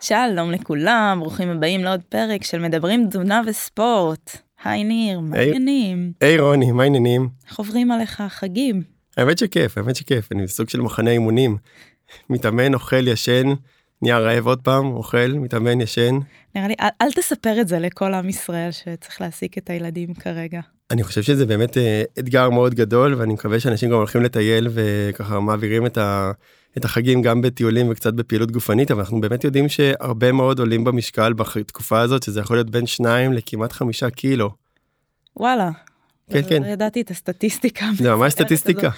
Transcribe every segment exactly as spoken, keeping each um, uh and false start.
שלום לכולם, ברוכים הבאים לעוד פרק של מדברים תזונה וספורט. היי ניר, מה העניינים? היי רוני, מה העניינים? איך עוברים עליך החגים? האמת שכיף, האמת שכיף, אני בסוג של מחנה אימונים. מתאמן, אוכל, ישן, נהיה רעב עוד פעם, אוכל, מתאמן, ישן. נראה לי, אל, אל תספר את זה לכל עם ישראל שצריך להעסיק את הילדים כרגע. אני חושב שזה באמת אה, אתגר מאוד גדול, ואני מקווה שאנשים גם הולכים לטייל וככה מעבירים את ה... את החגים גם בטיולים וקצת בפעילות גופנית, אבל אנחנו באמת יודעים שהרבה מאוד עולים במשקל בתקופה הזאת, שזה יכול להיות בין שניים לכמעט חמישה קילו. וואלה. כן, כן. ידעתי את הסטטיסטיקה. זה ממש סטטיסטיקה.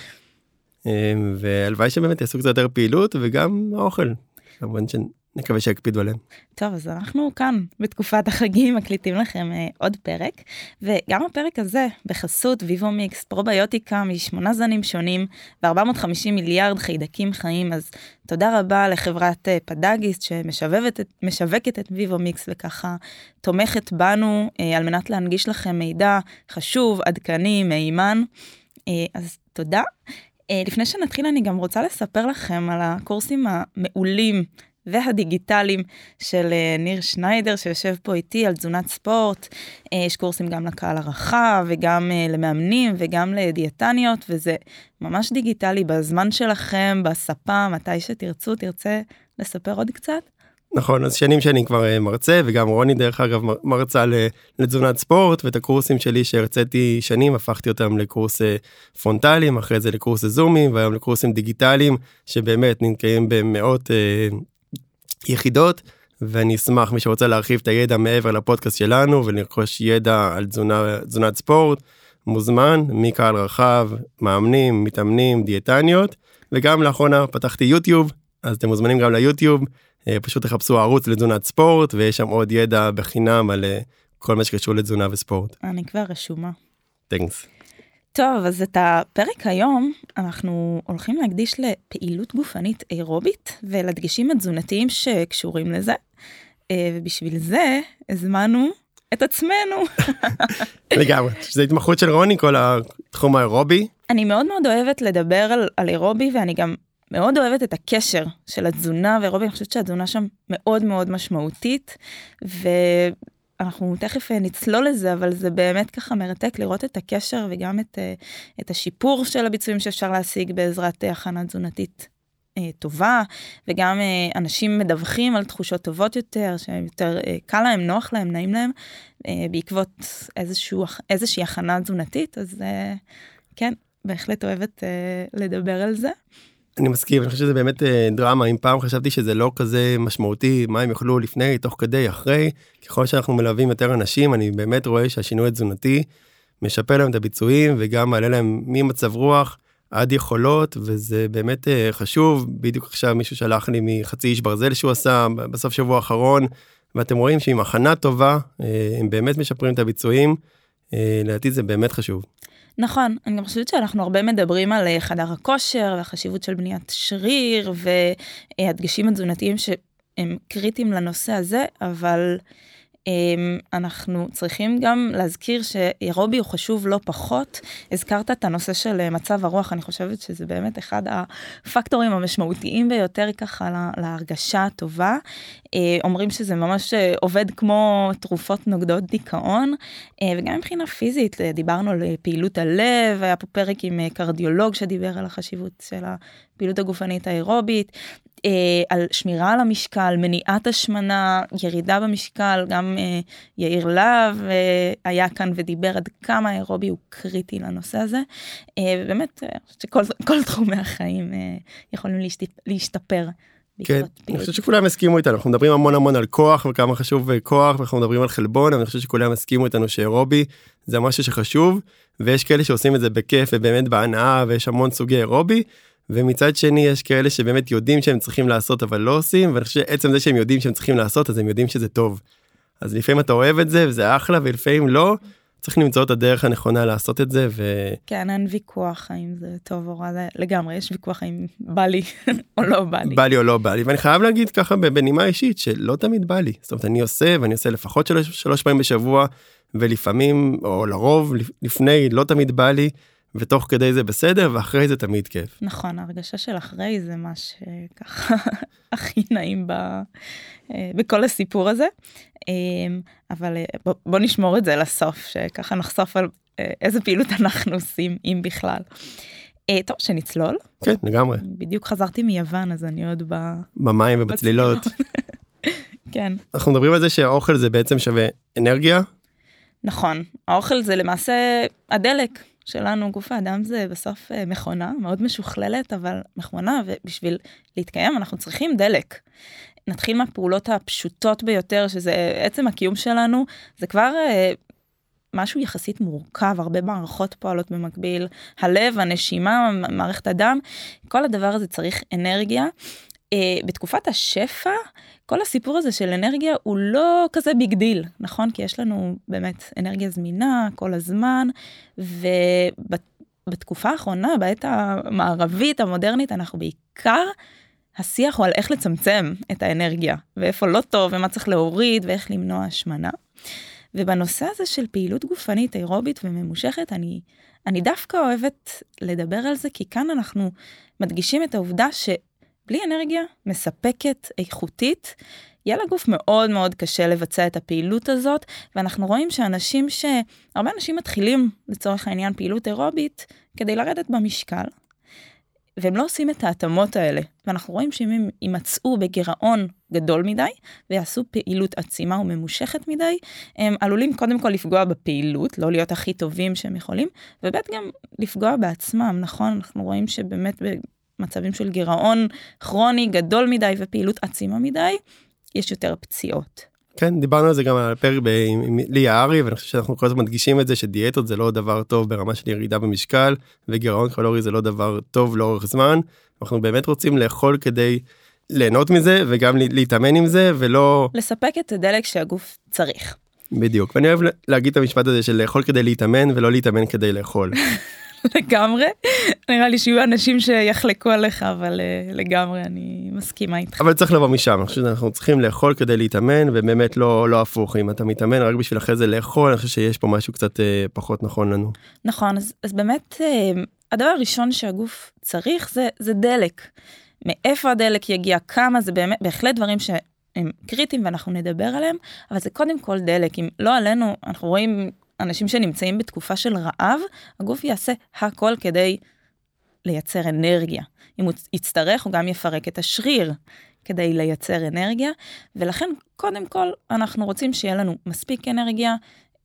והלוואי שבאמת יעשו קצת יותר פעילות, וגם האוכל. כמובן שנקווה שיקפידו עליהם. טוב, אז אנחנו כאן בתקופת החגים מקליטים לכם עוד פרק, וגם הפרק הזה בחסות ויבומיקס, פרוביוטיקה משמונה זנים שונים, ו-ארבע מאות וחמישים מיליארד חיידקים חיים, אז תודה רבה לחברת פדאגיסט שמשווקת את ויבומיקס, וככה תומכת בנו על מנת להנגיש לכם מידע חשוב, עדכני, מהימן, אז תודה. לפני שנתחיל אני גם רוצה לספר לכם על הקורסים המעולים והדיגיטליים של ניר שניידר שיושב פה איתי על תזונת ספורט. יש קורסים גם לקהל הרחב וגם למאמנים וגם לדיאטניות, וזה ממש דיגיטלי בזמן שלכם, בספה, מתי שתרצו, תרצה לספר עוד קצת? נכון, אז שנים שאני כבר מרצה, וגם רוני דרך אגב מרצה לתזונת ספורט, ואת הקורסים שלי שהרציתי שנים, הפכתי אותם לקורס פרונטליים, אחרי זה לקורס זומים, והיום לקורסים דיגיטליים, שבאמת ננקיים במאות יחידות, ואני אשמח מי שרוצה להרחיב את הידע מעבר לפודקאסט שלנו, ולרכוש ידע על תזונה, תזונת ספורט, מוזמן, מקהל רחב, מאמנים, מתאמנים, דיאטניות, וגם לאחרונה פתחתי יוטיוב, אז אתם מוזמנים גם ליוטיוב, פשוט תחפשו ערוץ לתזונת ספורט, ויש שם עוד ידע בחינם על כל מה שקשור לתזונה וספורט. אני כבר רשומה. תנקס. טוב, אז את הפרק היום אנחנו הולכים להקדיש לפעילות גופנית אירובית, ולדגשים התזונתיים שקשורים לזה, ובשביל זה הזמנו את עצמנו. לגמרי, שזה התמחות של רוני, כל התחום האירובי. אני מאוד מאוד אוהבת לדבר על, על אירובי, ואני גם מאוד אוהבת את הקשר של התזונה ואירובי, אני חושבת שהתזונה שם מאוד מאוד משמעותית, ואנחנו תכף נצלול לזה, אבל זה באמת ככה מרתק לראות את הקשר, וגם את, את השיפור של הביצועים שאפשר להשיג בעזרת הכנה תזונתית טובה, וגם אנשים מדווחים על תחושות טובות יותר, שיותר קל להם, נוח להם, נעים להם, בעקבות איזשהו, איזושהי הכנה תזונתית, אז כן, בהחלט אוהבת לדבר על זה. אני מסכים, אני חושב שזה באמת דרמה, אם פעם חשבתי שזה לא כזה משמעותי, מה הם יוכלו לפני, תוך כדי, אחרי, ככל שאנחנו מלווים יותר אנשים, אני באמת רואה שהשינוי התזונתי משפר להם את הביצועים, וגם מעלה להם ממצב רוח עד יכולות, וזה באמת חשוב. בדיוק עכשיו מישהו שלח לי מחצי איש ברזל שהוא עשה בסוף שבוע האחרון, ואתם רואים שעם הכנה טובה, הם באמת משפרים את הביצועים, לדעתי זה באמת חשוב. נכון, אני גם חושבת שאנחנו הרבה מדברים על חדר הכושר, והחשיבות של בניית שריר, והדגשים התזונתיים שהם קריטיים לנושא הזה, אבל אנחנו צריכים גם להזכיר שאירובי הוא חשוב לא פחות. הזכרת את הנושא של מצב הרוח, אני חושבת שזה באמת אחד הפקטורים המשמעותיים ביותר ככה להרגשה הטובה. אומרים שזה ממש עובד כמו תרופות נוגדות דיכאון, וגם מבחינה פיזית, דיברנו על פעילות הלב, היה פה פרק עם קרדיולוג שדיבר על החשיבות של הפעילות הגופנית האירובית, על שמירה על המשקל, מניעת השמנה, ירידה במשקל, גם יאיר להב היה כאן ודיבר עד כמה האירובי הוא קריטי לנושא הזה, ובאמת שכל כל תחומי החיים יכולים להשתפר. כן, אני חושב שכולם הסכימו איתנו, אנחנו מדברים המון המון על כוח וכמה חשוב כוח, ואנחנו מדברים על חלבון, אבל אני חושב שכולם הסכימו איתנו שאירובי זה משהו שחשוב, ויש כאלה שעושים את זה בכיף ובאמת בהנאה, ויש המון סוגי אירובי, ומצד שני יש כאלה שבאמת יודעים שהם צריכים לעשות אבל לא עושים, ואני חושב שעצם זה שהם יודעים שהם צריכים לעשות, אז הם יודעים שזה טוב. אז לפעמים אתה אוהב את זה וזה אחלה, ולפעמים לא, צריך למצוא את הדרך הנכונה לעשות את זה. ו... כן, אין ויכוח האם זה טוב או רע, לגמרי, יש ויכוח האם בא לי או לא בא לי. בא לי או לא בא לי, ואני חייב להגיד ככה בנימה אישית, שלא תמיד בא לי. זאת אומרת, אני עושה, ואני עושה לפחות שלוש, שלוש פעמים בשבוע, ולפעמים, או לרוב, לפני, לא תמיד בא לי, ותוך כדי זה בסדר, ואחרי זה תמיד כיף. נכון, ההרגשה של אחרי זה מה שככה הכי נעים ב, בכל הסיפור הזה. אבל בוא, בוא נשמור את זה לסוף, שככה נחשוף על איזה פעילות אנחנו עושים, אם בכלל. טוב, שנצלול. כן, לגמרי. בדיוק חזרתי מיוון, אז אני עוד ב... במים ובצלילות. כן. אנחנו מדברים על זה שהאוכל זה בעצם שווה אנרגיה. נכון, האוכל זה למעשה הדלק שלנו, גוף האדם זה בסוף מכונה, מאוד משוכללת, אבל מכונה, ובשביל להתקיים אנחנו צריכים דלק. נתחיל מהפעולות הפשוטות ביותר, שזה עצם הקיום שלנו, זה כבר משהו יחסית מורכב, הרבה מערכות פועלות במקביל, הלב, הנשימה, מערכת הדם, כל הדבר הזה צריך אנרגיה. בתקופת השפע, כל הסיפור הזה של אנרגיה הוא לא כזה ביג דיל, נכון? כי יש לנו באמת אנרגיה זמינה כל הזמן, ובתקופה האחרונה, בעת המערבית, המודרנית, אנחנו בעיקר, השיח הוא על איך לצמצם את האנרגיה, ואיפה לא טוב, ומה צריך להוריד, ואיך למנוע השמנה. ובנושא הזה של פעילות גופנית, אירובית וממושכת, אני, אני דווקא אוהבת לדבר על זה, כי כאן אנחנו מדגישים את העובדה שבלי אנרגיה מספקת, איכותית, יהיה לגוף מאוד מאוד קשה לבצע את הפעילות הזאת, ואנחנו רואים שאנשים ש... הרבה אנשים מתחילים לצורך העניין פעילות אירובית, כדי לרדת במשקל, והם לא עושים את ההתאמות האלה, ואנחנו רואים שאם הם יימצאו בגירעון גדול מדי, ויעשו פעילות עצימה וממושכת מדי, הם עלולים קודם כל לפגוע בפעילות, לא להיות הכי טובים שהם יכולים, ובית גם לפגוע בעצמם, נכון? אנחנו רואים שבאמת במצבים של גירעון כרוני גדול מדי, ופעילות עצימה מדי, יש יותר פציעות. כן, דיברנו על זה גם על הפרק עם ליה ארי, ואני חושב שאנחנו כל הזמן מדגישים את זה, שדיאטות זה לא דבר טוב ברמה של ירידה במשקל, וגירעון קלורי זה לא דבר טוב לאורך זמן. אנחנו באמת רוצים לאכול כדי ליהנות מזה, וגם להתאמן עם זה, ולא... לספק את הדלק שהגוף צריך. בדיוק, ואני אוהב להגיד את המשפט הזה של לאכול כדי להתאמן, ולא להתאמן כדי לאכול. לגמרי, נראה לי שיהיו אנשים שיחלקו עליך, אבל uh, לגמרי אני מסכימה איתך. אבל צריך לבוא משם, אני חושב שאנחנו צריכים לאכול כדי להתאמן, ובאמת לא, לא הפוך, אם אתה מתאמן רק בשביל אחרי זה לאכול, אני חושב שיש פה משהו קצת uh, פחות נכון לנו. נכון, אז, אז באמת, uh, הדבר הראשון שהגוף צריך זה, זה דלק. מאיפה הדלק יגיע, כמה, זה באמת, בהחלט דברים שהם קריטיים ואנחנו נדבר עליהם, אבל זה קודם כל דלק, אם לא עלינו, אנחנו רואים... אנשים שנמצאים בתקופה של רעב, הגוף יעשה הכל כדי לייצר אנרגיה. אם הוא יצטרך, הוא גם יפרק את השריר כדי לייצר אנרגיה, ולכן קודם כל אנחנו רוצים שיהיה לנו מספיק אנרגיה,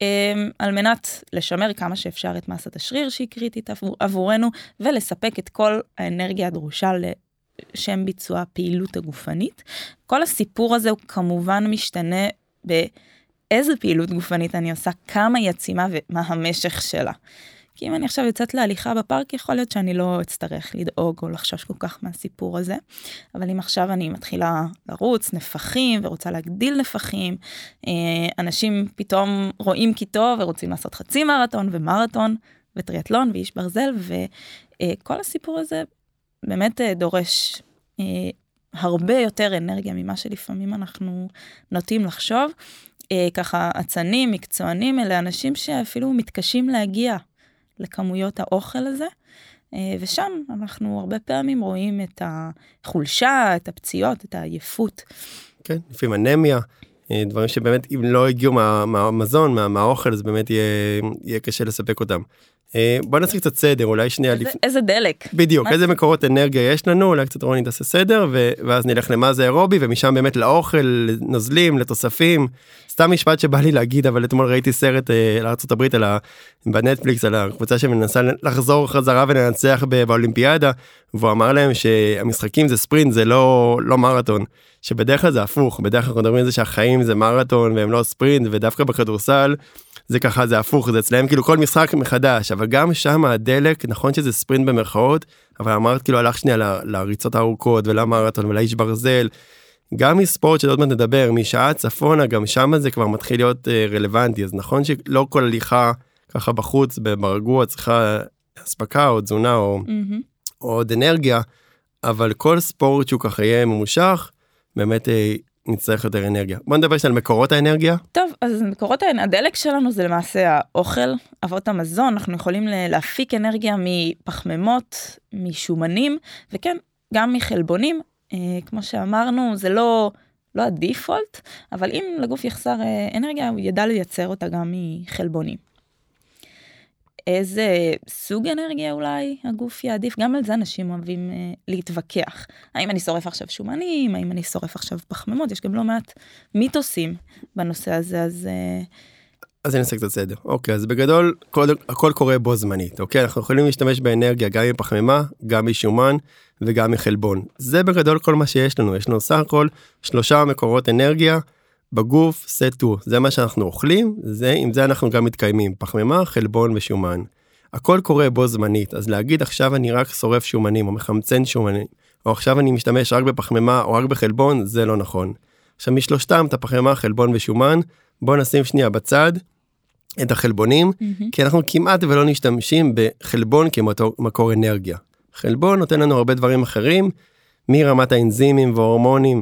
על מנת לשמר כמה שאפשר את מסת השריר שהיא קריטית עבור, עבורנו, ולספק את כל האנרגיה הדרושה לשם ביצוע הפעילות הגופנית. כל הסיפור הזה הוא כמובן משתנה ב... איזה פעילות גופנית אני עושה, כמה היא עצימה ומה המשך שלה. כי אם אני עכשיו יוצאת להליכה בפארק, יכול להיות שאני לא אצטרך לדאוג או לחשוש כל כך מהסיפור הזה. אבל אם עכשיו אני מתחילה לרוץ נפחים ורוצה להגדיל נפחים, אנשים פתאום רואים כי טוב ורוצים לעשות חצי מרתון ומרתון וטריאטלון ואיש ברזל, וכל הסיפור הזה באמת דורש הרבה יותר אנרגיה ממה שלפעמים אנחנו נוטים לחשוב. ככה עצנים, מקצוענים, אלה אנשים שאפילו מתקשים להגיע לכמויות האוכל הזה, ושם אנחנו הרבה פעמים רואים את החולשה, את הפציעות, את העייפות. כן, לפעמים אנמיה, דברים שבאמת אם לא הגיעו מהמזון, מה, מהאוכל, אז באמת יהיה, יהיה קשה לספק אותם. בוא נעשה קצת סדר, אולי שנייה... איזה, לפ... איזה דלק. בדיוק, איזה מקורות אנרגיה יש לנו, אולי קצת רוני תעשה סדר, ו... ואז נלך למה זה אירובי, ומשם באמת לאוכל, לנוזלים, לתוספים. סתם משפט שבא לי להגיד, אבל אתמול ראיתי סרט אה, לארצות הברית, על ה... בנטפליקס, על הקבוצה שמנסה לחזור חזרה ולנצח באולימפיאדה, והוא אמר להם שהמשחקים זה ספרינט, זה לא, לא מרתון. שבדרך כלל זה הפוך, בדרך כלל אנחנו מדברים על זה שהחיים זה מרתון, והם לא ספרינט, ודווקא בכדורסל, זה ככה, זה הפוך, זה אצלהם כאילו כל משחק מחדש, אבל גם שם הדלק, נכון שזה ספרינט במרכאות, אבל אמרת כאילו הלך שנייה לריצות הארוכות ולמרתון ולאיש ברזל, גם מספורט שעוד מעט נדבר, משעה צפונה, גם שם זה כבר מתחיל להיות רלוונטי, אז נכון שלא כל הליכה ככה בחוץ, ברגוע, צריכה הספקה או תזונה או, mm-hmm. או עוד אנרגיה, אבל כל ספורט שהוא ככה יהיה ממושך, באמת נצטרך יותר אנרגיה. בוא נדבר על מקורות האנרגיה. טוב, אז מקורות האנרגיה, הדלק שלנו זה למעשה האוכל, אבות המזון, אנחנו יכולים להפיק אנרגיה מפחמימות, משומנים, וכן, גם מחלבונים, אה, כמו שאמרנו, זה לא, לא הדיפולט, אבל אם לגוף יחסר אה, אנרגיה, הוא ידע לייצר אותה גם מחלבונים. איזה סוג אנרגיה אולי הגוף יעדיף? גם על זה אנשים אוהבים אה, להתווכח. האם אני שורף עכשיו שומנים? האם אני שורף עכשיו פחמימות? יש גם לא מעט מיתוסים בנושא הזה, אז... אה... אז אני אעשה קצת סדר. אוקיי, אז בגדול, כל, הכל קורה בו זמנית. אוקיי, אנחנו יכולים להשתמש באנרגיה גם מפחמימה, גם משומן וגם מחלבון. זה בגדול כל מה שיש לנו. יש לנו סך הכל שלושה מקורות אנרגיה, בגוף, סטו, זה מה שאנחנו אוכלים, זה, עם זה אנחנו גם מתקיימים, פחמימה, חלבון ושומן. הכל קורה בו זמנית, אז להגיד עכשיו אני רק שורף שומנים, או מחמצן שומנים, או עכשיו אני משתמש רק בפחמימה, או רק בחלבון, זה לא נכון. עכשיו משלושתם, את הפחמימה, חלבון ושומן, בואו נשים שנייה בצד, את החלבונים, mm-hmm. כי אנחנו כמעט ולא נשתמשים בחלבון כמקור אנרגיה. חלבון נותן לנו הרבה דברים אחרים, מרמת האנזימים וההורמונים,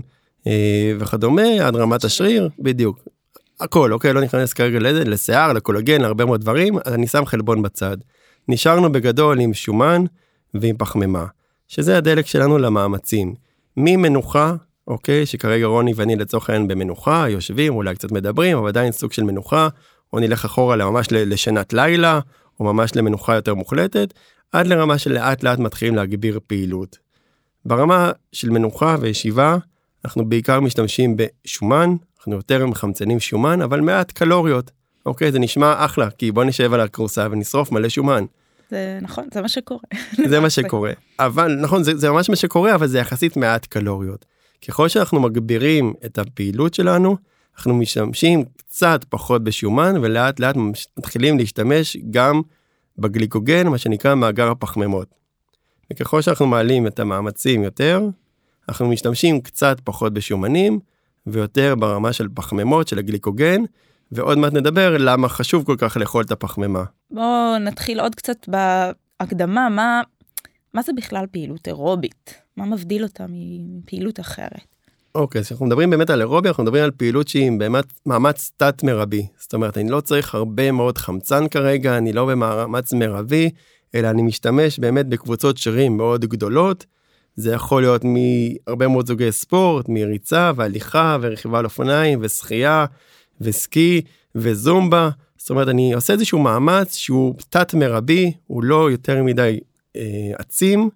וכדומה, עד רמת השריר, בדיוק. הכל, אוקיי, לא נכנס כרגע לשיער, לקולגן, להרבה מאוד דברים, אז אני שם חלבון בצד. נשארנו בגדול עם שומן ועם פחמימה, שזה הדלק שלנו למאמצים. ממנוחה, אוקיי, שכרגע רוני ואני לצורך העניין במנוחה, יושבים, אולי קצת מדברים, אבל עדיין סוג של מנוחה, או נלך אחורה ממש לשנת לילה, או ממש למנוחה יותר מוחלטת, עד לרמה של לאט לאט מתחילים להגביר פעילות. ברמה של מנוחה וישיבה, אנחנו בעיקר משתמשים בשומן, אנחנו יותר מחמצנים שומן, אבל מעט קלוריות. אוקיי, זה נשמע אחלה, כי בוא נשב על הקורסה ונשרוף מלא שומן. זה נכון, זה מה שקורה. זה מה שקורה. אבל נכון, זה, זה ממש מה שקורה, אבל זה יחסית מעט קלוריות. ככל שאנחנו מגבירים את הפעילות שלנו, אנחנו משתמשים קצת פחות בשומן, ולאט לאט מתחילים להשתמש גם בגליקוגן, מה שנקרא מאגר הפחמימות. וככל שאנחנו מעלים את המאמצים יותר, אנחנו משתמשים קצת פחות בשומנים, ויותר ברמה של פחמימות, של הגליקוגן, ועוד מעט נדבר למה חשוב כל כך לאכול את הפחמימה. בואו נתחיל עוד קצת בהקדמה, מה, מה זה בכלל פעילות אירובית? מה מבדיל אותה מפעילות אחרת? אוקיי, אז אנחנו מדברים באמת על אירובי, אנחנו מדברים על פעילות שהיא באמת מאמץ תת מרבי. זאת אומרת, אני לא צריך הרבה מאוד חמצן כרגע, אני לא במאמץ מרבי, אלא אני משתמש באמת בקבוצות שרירים מאוד גדולות, זה יכול להיות מהרבה מאוד זוגי ספורט, מריצה והליכה ורכיבה על אופניים ושחייה וסקי וזומבה. זאת אומרת, אני עושה איזשהו מאמץ שהוא תת מרבי, הוא לא יותר מדי אה, עצים,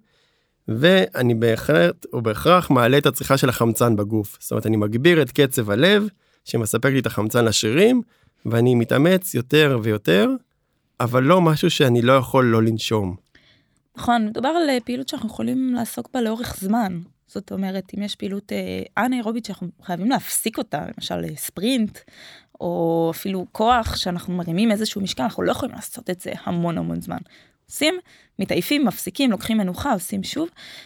ואני בהחלט או בהכרח מעלה את הצריכה של החמצן בגוף. זאת אומרת, אני מגביר את קצב הלב, שמספק לי את החמצן לשרירים, ואני מתאמץ יותר ויותר, אבל לא משהו שאני לא יכול לא לנשום. נכון, מדובר על פעילות שאנחנו יכולים לעסוק בה לאורך זמן. זאת אומרת, אם יש פעילות אה, אנאירובית שאנחנו חייבים להפסיק אותה, למשל ספרינט, או אפילו כוח שאנחנו מרימים איזשהו משקל, אנחנו לא יכולים לעשות את זה המון המון זמן. עושים, מתעייפים, מפסיקים, לוקחים מנוחה, עושים שוב.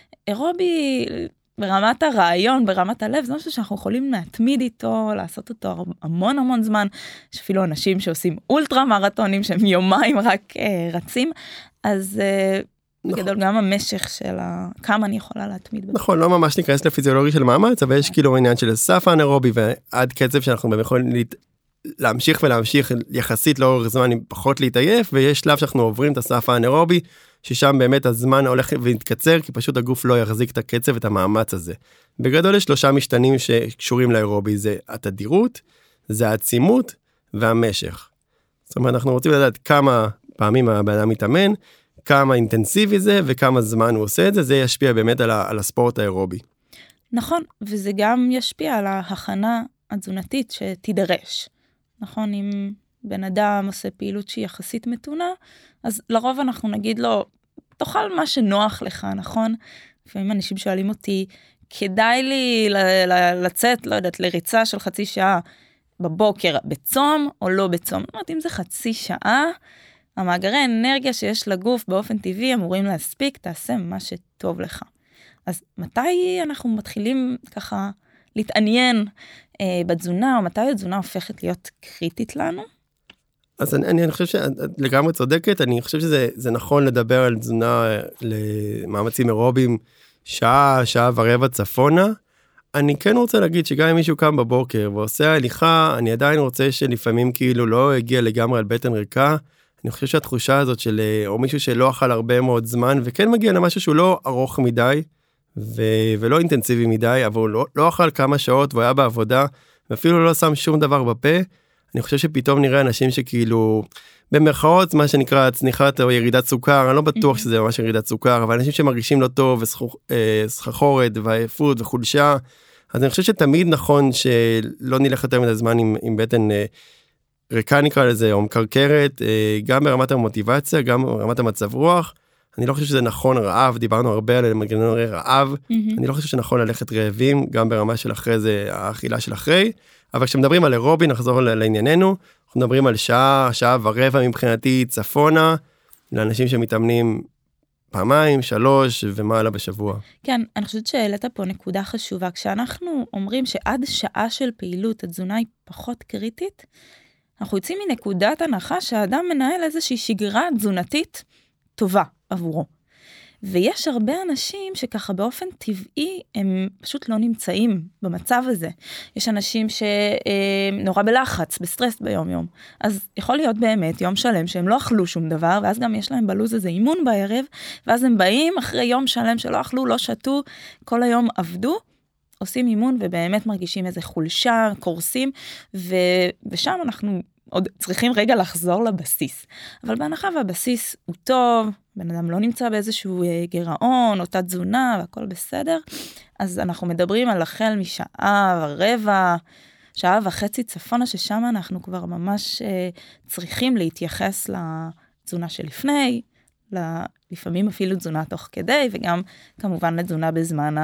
אירובי ברמת הרעיון, ברמת הלב, זה משהו שאנחנו יכולים להתמיד איתו, לעשות אותו המון המון זמן. יש אפילו אנשים שעושים אולטרה מרתונים, שהם יומיים רק אה, רצים, אז... אה, בגדול גם המשך של כמה אני יכולה להתמיד. נכון, לא ממש ניכנס לפיזיולוגיה של מאמץ, אבל יש כאילו עניין של סף האנאירובי, ועד קצב שאנחנו באמת יכולים להמשיך ולהמשיך יחסית לאורך זמן, פחות להתעייף, ויש שלב שאנחנו עוברים את הסף האנאירובי, ששם באמת הזמן הולך ומתקצר, כי פשוט הגוף לא יחזיק את הקצב, את המאמץ הזה. בגדול יש שלושה משתנים שקשורים לאירובי, זה התדירות, זה העצימות והמשך. זאת אומרת, אנחנו רוצים לדעת כמה פעמים הבן אדם מתאמן, כמה אינטנסיבי זה וכמה זמן הוא עושה את זה, זה ישפיע באמת על, ה, על הספורט האירובי. נכון, וזה גם ישפיע על ההכנה התזונתית שתידרש. נכון, אם בן אדם עושה פעילות שהיא יחסית מתונה, אז לרוב אנחנו נגיד לו, תאכל מה שנוח לך, נכון? לפעמים אנשים שואלים אותי, כדאי לי ל- ל- לצאת, לא יודעת, לריצה של חצי שעה בבוקר, בצום או לא בצום. זאת אומרת, אם זה חצי שעה, המאגרי אנרגיה שיש לגוף באופן טבעי אמורים להספיק, תעשה מה שטוב לך. אז מתי אנחנו מתחילים ככה להתעניין אה, בתזונה, או מתי התזונה הופכת להיות קריטית לנו? אז אני, אני חושב שלגמרי צודקת, אני חושב שזה זה נכון לדבר על תזונה למאמצים אירוביים שעה, שעה ורבע צפונה, אני כן רוצה להגיד שגם אם מישהו קם בבוקר ועושה הליכה, אני עדיין רוצה שלפעמים כאילו לא הגיע לגמרי על בטן ריקה, אני חושב שהתחושה הזאת של, או מישהו שלא אכל הרבה מאוד זמן, וכן מגיע למשהו שהוא לא ארוך מדי, ו- ולא אינטנסיבי מדי, אבל הוא לא, לא אכל כמה שעות, והוא היה בעבודה, ואפילו לא שם שום דבר בפה, אני חושב שפתאום נראה אנשים שכאילו, במרכאות, מה שנקרא צניחת או ירידת סוכר, אני לא בטוח שזה ממש ירידת סוכר, אבל אנשים שמרגישים לא טוב, וסחרחורת, ועייפות וחולשה, אז אני חושב שתמיד נכון שלא נלך יותר מדי זמן עם, עם בטן ריקה נקרא לזה, או מקרקרת, גם ברמת המוטיבציה, גם ברמת המצב רוח. אני לא חושב שזה נכון רעב, דיברנו הרבה על מנגנוני רעב, mm-hmm. אני לא חושב שנכון ללכת רעבים, גם ברמה של אחרי זה, האכילה של אחרי, אבל כשמדברים על אירובי, נחזור לענייננו, אנחנו מדברים על שעה, שעה ורבע מבחינתי צפונה, לאנשים שמתאמנים פעמיים, שלוש ומעלה בשבוע. כן, אני חושבת שהעלית פה נקודה חשובה, כשאנחנו אומרים שעד שעה של פעילות התזונה היא פחות קריטית, אנחנו יוצאים מנקודת הנחה שהאדם מנהל איזושהי שגרה תזונתית טובה עבורו. ויש הרבה אנשים שככה באופן טבעי הם פשוט לא נמצאים במצב הזה. יש אנשים שנורא בלחץ, בסטרס ביום יום. אז יכול להיות באמת יום שלם שהם לא אכלו שום דבר, ואז גם יש להם בלוז הזה אימון בערב, ואז הם באים אחרי יום שלם שלא אכלו, לא שתו, כל היום עבדו, עושים אימון ובאמת מרגישים איזה חולשה, קורסים, ו... ושם אנחנו עוד צריכים רגע לחזור לבסיס. אבל בהנחה והבסיס הוא טוב, בן אדם לא נמצא באיזשהו גירעון, אותה תזונה, והכל בסדר, אז אנחנו מדברים על החל משעה ורבע, שעה וחצי צפונה, ששם אנחנו כבר ממש צריכים להתייחס לתזונה שלפני, לפעמים אפילו תזונה תוך כדי, וגם כמובן לתזונה בזמן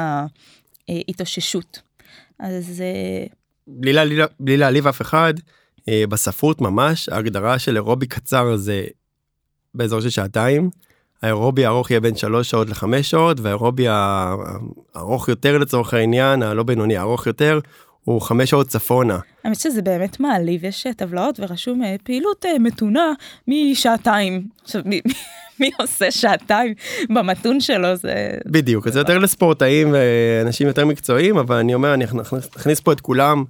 ההתאוששות. אז... בלי להעליב, בלי להעליב אף אחד, בספרות ממש, ההגדרה של אירובי קצר זה באזור של שעתיים, האירובי הארוך יהיה בין שלוש שעות לחמש שעות, והאירובי הארוך יותר לצורך העניין, הלא בינוני, הארוך יותר, הוא חמש שעות צפונה. האמת שזה באמת מעליב, יש טבלאות ורשום פעילות מתונה משעתיים. עכשיו, מי, מי עושה שעתיים במתון שלו? זה... בדיוק, זה יותר לספורטאים ואנשים יותר מקצועיים, אבל אני אומר, אני אכניס פה את כולם,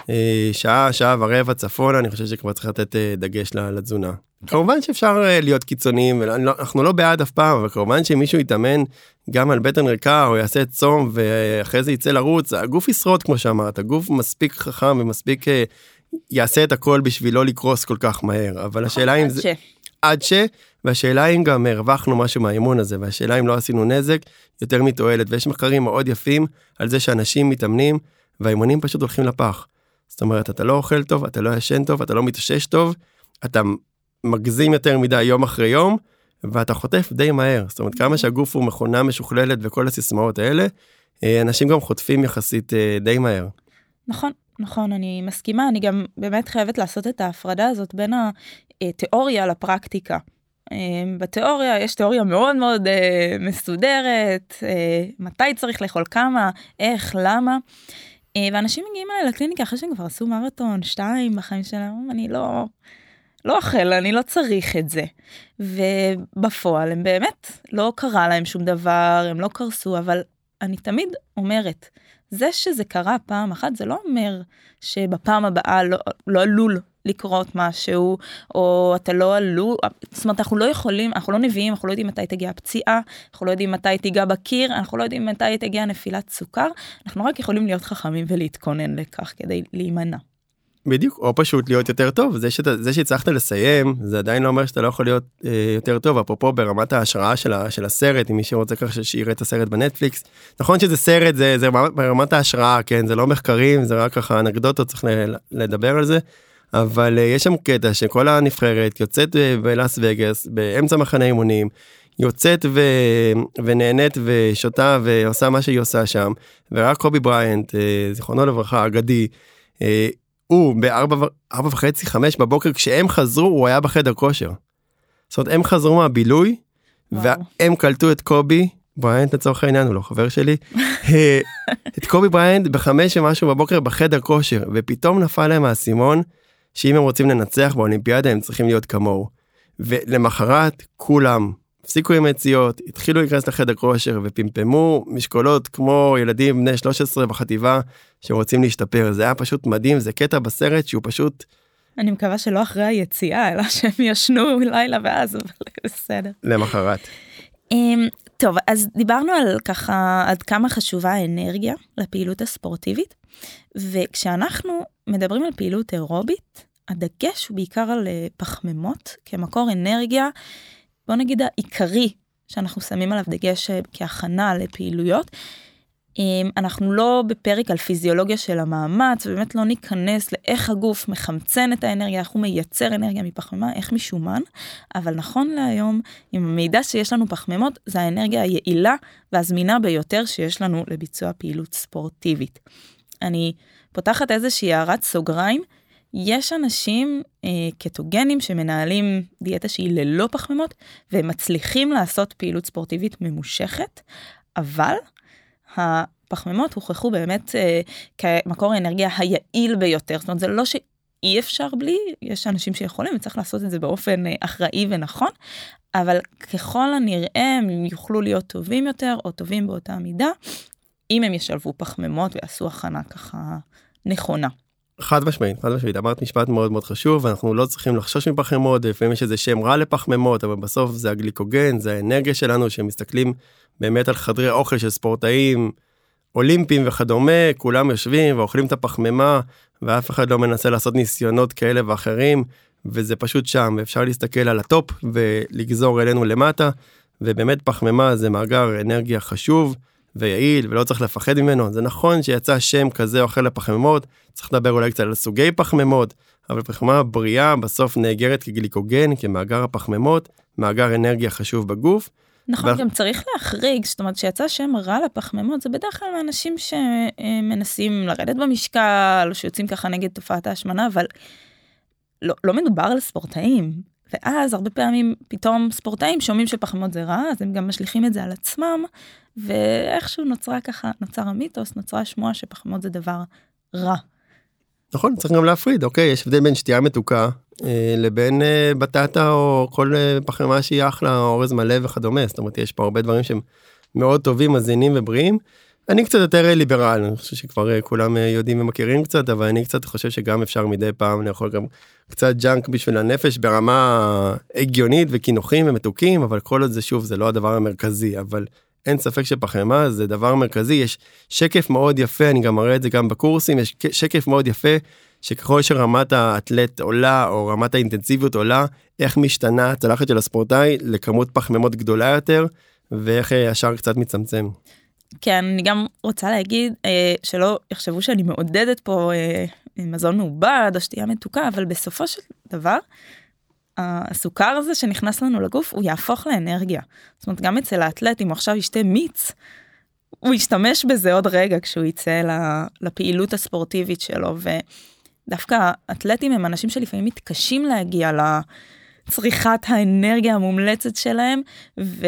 שעה, שעה ורבע צפונה, אני חושב שכבר צריך לתת דגש לתזונה. כמובן שאפשר להיות קיצוניים, אנחנו לא בעד אף פעם, אבל כמובן שמישהו יתאמן גם על בטן ריקה, או יעשה צום, ואחרי זה יצא לרוץ, הגוף ישרוד כמו שאמרת, הגוף מספיק חכם, ומספיק יעשה את הכל בשביל לא לקרוס כל כך מהר, אבל השאלה אם זה... עד ש... והשאלה אם גם הרווחנו משהו מהאימון הזה, והשאלה אם לא עשינו נזק, יותר מתועלת, ויש מחקרים מאוד יפים על זה שאנשים מתאמנים, והאימונים פשוט הולכים לפח. זאת אומרת, אתה לא אוכל טוב, אתה לא ישן טוב, אתה לא מתאושש טוב, אתה מגזים יותר מדי יום אחרי יום, ואתה חוטף די מהר. זאת אומרת, כמה שהגוף הוא מכונה משוכללת וכל הסיסמאות האלה, אנשים גם חוטפים יחסית די מהר. נכון, נכון, אני מסכימה, אני גם באמת חייבת לעשות את ההפרדה הזאת בין התיאוריה לפרקטיקה. בתיאוריה יש תיאוריה מאוד מאוד מסודרת, מתי צריך לאכול כמה, איך, למה, ואנשים מגיעים אליי לקליניקה אחרי שהם כבר עשו מרתון, שתיים בחיים שלהם, אני לא, לא אוכל, אני לא צריך את זה. ובפועל הם באמת לא קרה להם שום דבר, הם לא קרסו, אבל אני תמיד אומרת, זה שזה קרה פעם אחת, זה לא אומר שבפעם הבאה לא, לא עלול לקרות משהו, או אתה לא עלול, זאת אומרת, אנחנו לא יכולים, אנחנו לא נביאים, אנחנו לא יודעים מתי תגיע הפציעה, אנחנו לא יודעים מתי תיגע בקיר, אנחנו לא יודעים מתי תגיע נפילת סוכר, אנחנו רק יכולים להיות חכמים ולהתכונן לכך כדי להימנע. בדיוק, או פשוט להיות יותר טוב, זה, שאתה, זה שהצלחת לסיים, זה עדיין לא אומר שאתה לא יכול להיות אה, יותר טוב, אפרופו ברמת ההשראה של, ה, של הסרט, אם מי שרוצה כך שיראה את הסרט בנטפליקס, נכון שזה סרט, זה, זה ברמת ההשראה, כן, זה לא מחקרים, זה רק ככה אנקדוטות, צריך לדבר על זה, אבל אה, יש שם קטע שכל הנבחרת יוצאת בלאס וגאס, באמצע מחנה אימונים, יוצאת ו... ונהנית ושותה ועושה מה שהיא עושה שם, ורק קובי בריינט, אה, זיכרונו לברכה, אגדי, אה, הוא בארבע, ארבע וחצי, חמש בבוקר, כשהם חזרו, הוא היה בחדר כושר. זאת אומרת, הם חזרו מהבילוי, וואו. והם קלטו את קובי, בריינט לצורך העניין, הוא לא חבר שלי, את קובי בריינט בחמש ומשהו בבוקר בחדר כושר, ופתאום נפל להם האסימון, שאם הם רוצים לנצח באולימפיאדה, הם צריכים להיות כמוהו. ולמחרת, כולם הפסיקו עם היציאות, התחילו להיכנס לחדר כושר ופמפמו משקולות כמו ילדים בני שלוש עשרה בחטיבה שרוצים להשתפר. זה היה פשוט מדהים, זה קטע בסרט שהוא פשוט... אני מקווה שלא אחרי היציאה, אלא שהם ישנו לילה ואז, אבל בסדר. למחרת. טוב, אז דיברנו על ככה עד כמה חשובה האנרגיה לפעילות הספורטיבית, וכשאנחנו מדברים על פעילות אירובית, הדגש הוא בעיקר על פחמימות כמקור אנרגיה, בוא נגיד העיקרי שאנחנו שמים עליו דגש כהכנה לפעילויות. אנחנו לא בפרק על פיזיולוגיה של המאמץ, ובאמת לא ניכנס לאיך הגוף מחמצן את האנרגיה, איך הוא מייצר אנרגיה מפחמימה, איך משומן, אבל נכון להיום, עם המידע שיש לנו פחמימות, זה האנרגיה היעילה והזמינה ביותר שיש לנו לביצוע פעילות ספורטיבית. אני פותחת איזושהי הערת סוגריים, יש אנשים אה, קטוגנים שמנהלים דיאטה שהיא ללא פחמימות, והם מצליחים לעשות פעילות ספורטיבית ממושכת, אבל הפחמימות הוכחו באמת אה, כמקור האנרגיה היעיל ביותר. זאת אומרת, זה לא שאי אפשר בלי, יש אנשים שיכולים וצריך לעשות את זה באופן אה, אחראי ונכון, אבל ככל הנראה הם יוכלו להיות טובים יותר או טובים באותה מידה, אם הם ישלבו פחמימות ועשו הכנה ככה נכונה. חד משמעית, חד משמעית, אמרת משפט מאוד מאוד חשוב, ואנחנו לא צריכים לחשוש מפחמימות, לפעמים יש איזה שם רע לפחמימות, אבל בסוף זה הגליקוגן, זה האנרגיה שלנו, שמסתכלים באמת על חדרי אוכל של ספורטאים, אולימפיים וכדומה, כולם יושבים ואוכלים את הפחמימה, ואף אחד לא מנסה לעשות ניסיונות כאלה ואחרים, וזה פשוט שם, ואפשר להסתכל על הטופ, ולגזור אלינו למטה, ובאמת פחמימה זה מאגר אנרגיה חשוב, ויעיל, ולא צריך לפחד ממנו. זה נכון שיצא שם כזה או אחר לפחמימות, צריך לדבר אולי קצת על סוגי פחמימות, אבל פחמימה בריאה בסוף נאגרת כגליקוגן, כמאגר הפחמימות, מאגר אנרגיה חשוב בגוף. נכון, ו... גם צריך להחריג, זאת אומרת שיצא שם רע לפחמימות, זה בדרך כלל אנשים שמנסים לרדת במשקל, או שיוצאים ככה נגד תופעת ההשמנה, אבל לא, לא מדובר על ספורטאים. ואז הרבה פעמים פתאום ספורטאים שומעים שפחמימות זה רע, אז הם גם משליכים את זה על עצמם, ואיכשהו נוצרה ככה, נוצר המיתוס, נוצרה שמועה שפחמימות זה דבר רע. נכון, צריך גם להפריד, אוקיי, יש הבדל בין שתייה מתוקה, אה, לבין אה, בטטה או כל אה, פחמימה שהיא אחלה, אורז מלא וכדומה, זאת אומרת, יש פה הרבה דברים שהם מאוד טובים, מזינים ובריאים. אני קצת יותר ליברל, אני חושב שכבר כולם יודעים ומכירים קצת, אבל אני קצת חושב שגם אפשר מדי פעם לאכול גם קצת ג'אנק בשביל הנפש, ברמה הגיונית וכינוחים ומתוקים, אבל כל עוד זה שוב, זה לא הדבר המרכזי, אבל אין ספק שפחמימה זה דבר מרכזי. יש שקף מאוד יפה, אני גם מראה את זה גם בקורסים, יש שקף מאוד יפה, שככל שרמת האתלט עולה, או רמת האינטנסיביות עולה, איך משתנה הצלחת של הספורטאי לכמות פחמימות גדולה יותר, ואיך השאר קצת מצמצם. כן, אני גם רוצה להגיד אה, שלא יחשבו שאני מעודדת פה אה, מזון מעובד או שתייה מתוקה, אבל בסופו של דבר, הסוכר הזה שנכנס לנו לגוף, הוא יהפוך לאנרגיה. זאת אומרת, גם אצל האתלט, אם הוא עכשיו ישתה מיץ, הוא ישתמש בזה עוד רגע כשהוא יצא לפעילות הספורטיבית שלו, ודווקא האתלטים הם אנשים שלפעמים מתקשים להגיע לצריכת האנרגיה המומלצת שלהם, ו...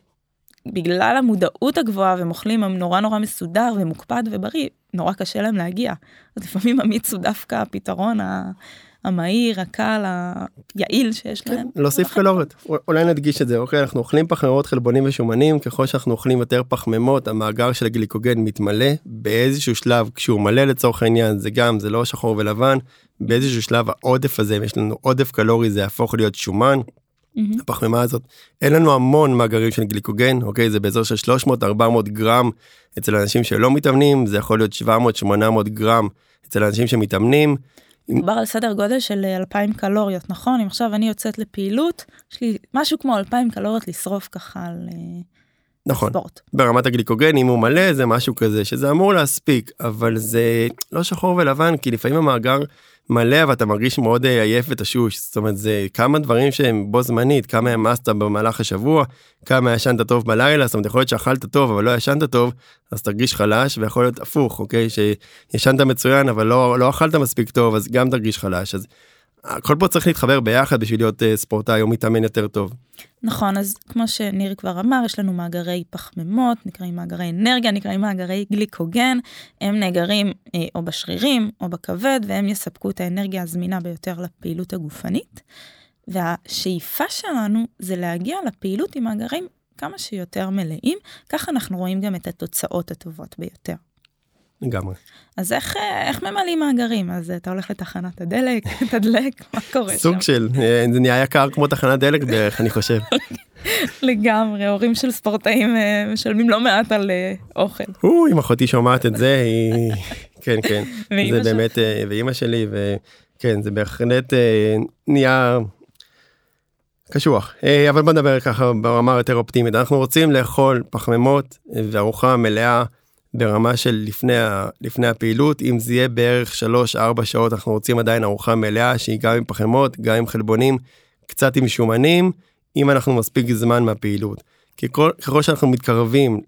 בגלל המודעות הגבוהה, והם אוכלים נורא נורא מסודר ומוקפד ובריא, נורא קשה להם להגיע. אז לפעמים המיץ הוא דווקא הפתרון המהיר, הקל, היעיל שיש להם. להוסיף קלוריות. אולי נדגיש את זה, אוקיי? אנחנו אוכלים פחמימות, חלבונים ושומנים, ככל שאנחנו אוכלים יותר פחמימות, המאגר של הגליקוגן מתמלא באיזשהו שלב, כשהוא מלא לצורך העניין, זה גם, זה לא שחור ולבן, באיזשהו שלב העודף הזה, יש לנו עודף קלורי, זה יהפוך להיות שומן. הפחמימה הזאת, אין לנו המון מאגרים של גליקוגן, אוקיי, זה באזור של שלוש מאות עד ארבע מאות גרם אצל אנשים שלא מתאמנים, זה יכול להיות שבע מאות עד שמונה מאות גרם אצל אנשים שמתאמנים. מדובר על סדר גודל של אלפיים קלוריות, נכון? אם עכשיו אני יוצאת לפעילות, יש לי משהו כמו אלפיים קלוריות לשרוף ככה על נכון. ספורט. ברמת הגליקוגן, אם הוא מלא, זה משהו כזה, שזה אמור להספיק, אבל זה לא שחור ולבן, כי לפעמים המאגר מלא, ואתה מרגיש מאוד עייף ותשוש, זאת אומרת, זה כמה דברים שהם בו זמנית, כמה המסת במהלך השבוע, כמה ישנת טוב בלילה, זאת אומרת, יכול להיות שאכלת טוב, אבל לא ישנת טוב, אז תרגיש חלש, ויכול להיות הפוך, אוקיי, שישנת מצוין, אבל לא, לא אכלת מספיק טוב, אז גם תרגיש חלש, אז הכל פה צריך להתחבר ביחד, בשביל להיות ספורטאי או מתאמן יותר טוב. נכון, אז כמו שניר כבר אמר, יש לנו מאגרי פחמימות, נקראים מאגרי אנרגיה, נקראים מאגרי גליקוגן, הם נאגרים אה, או בשרירים או בכבד, והם יספקו את האנרגיה הזמינה ביותר לפעילות הגופנית, והשאיפה שלנו זה להגיע לפעילות עם מאגרים כמה שיותר מלאים, ככה אנחנו רואים גם את התוצאות הטובות ביותר. לגמרי. אז איך, איך ממלאים מאגרים? אז אתה הולך לתחנת הדלק, תדלק, מה קורה שם? סוג של, זה נהיה יקר כמו תחנת דלק בערך, אני חושב. לגמרי, הורים של ספורטאים משלמים לא מעט על אוכל. או, אם אחותי שומעת את זה, היא... כן, כן. זה באמת, ואימא שלי, וכן, זה בהחלט נהיה קשוח. אבל בוא נדבר ככה ברמה יותר אופטימית. אנחנו רוצים לאכול פחמימות וארוחה מלאה, ברמה של לפני, לפני הפעילות, אם זה יהיה בערך שלוש ארבע שעות, אנחנו רוצים עדיין ארוחה מלאה, שהיא גם עם פחמות, גם עם חלבונים, קצת עם שומנים, אם אנחנו מספיק זמן מהפעילות. ככל, ככל שאנחנו מתקרבים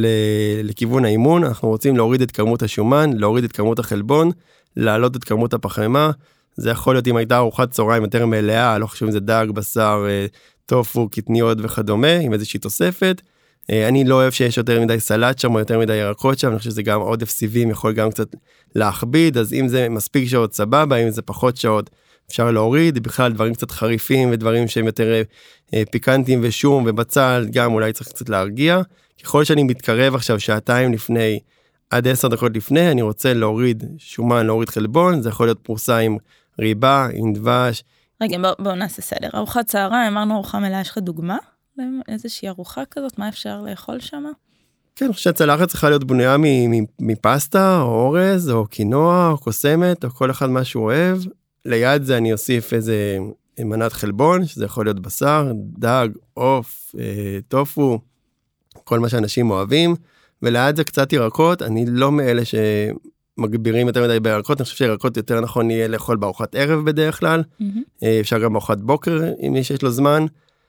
לכיוון האימון, אנחנו רוצים להוריד את כמות השומן, להוריד את כמות החלבון, להעלות את כמות הפחמימה, זה יכול להיות אם הייתה ארוחת צהריים יותר מלאה, לא חשוב אם זה דג, בשר, טופו, קטניות וכדומה, עם איזושהי תוספת, אני לא אוהב שיש יותר מדי סלט שם, או יותר מדי ירקות שם, אני חושב שזה גם עודף סיבים, יכול גם קצת להכביד, אז אם זה מספיק שעות סבבה, אם זה פחות שעות, אפשר להוריד, בכלל דברים קצת חריפים, ודברים שהם יותר פיקנטיים ושום ובצל, גם אולי צריך קצת להרגיע, ככל שאני מתקרב עכשיו שעתיים לפני, עד עשר דקות לפני, אני רוצה להוריד שומן, להוריד חלבון, זה יכול להיות פרוסה עם ריבה, עם דבש. רגע, בואו בוא נעשה סדר, ארוחת צהריים, אמרנו ארוחה מלאה, יש לך דוגמה? איזושהי ארוחה כזאת, מה אפשר לאכול שם? כן, אני חושב שהצלחת צריכה להיות בנויה מפסטה, או אורז, או קינוע, או קוסמת, או כל אחד מה שהוא אוהב. ליד זה אני אוסיף איזה מנת חלבון, שזה יכול להיות בשר, דג, עוף, טופו, כל מה שאנשים אוהבים, וליד זה קצת ירקות, אני לא מאלה שמגבירים יותר מדי בירקות, אני חושב שירקות יותר נכון יהיה לאכול בארוחת ערב בדרך כלל, אפשר גם בארוחת בוקר, אם מי שיש לו זמן,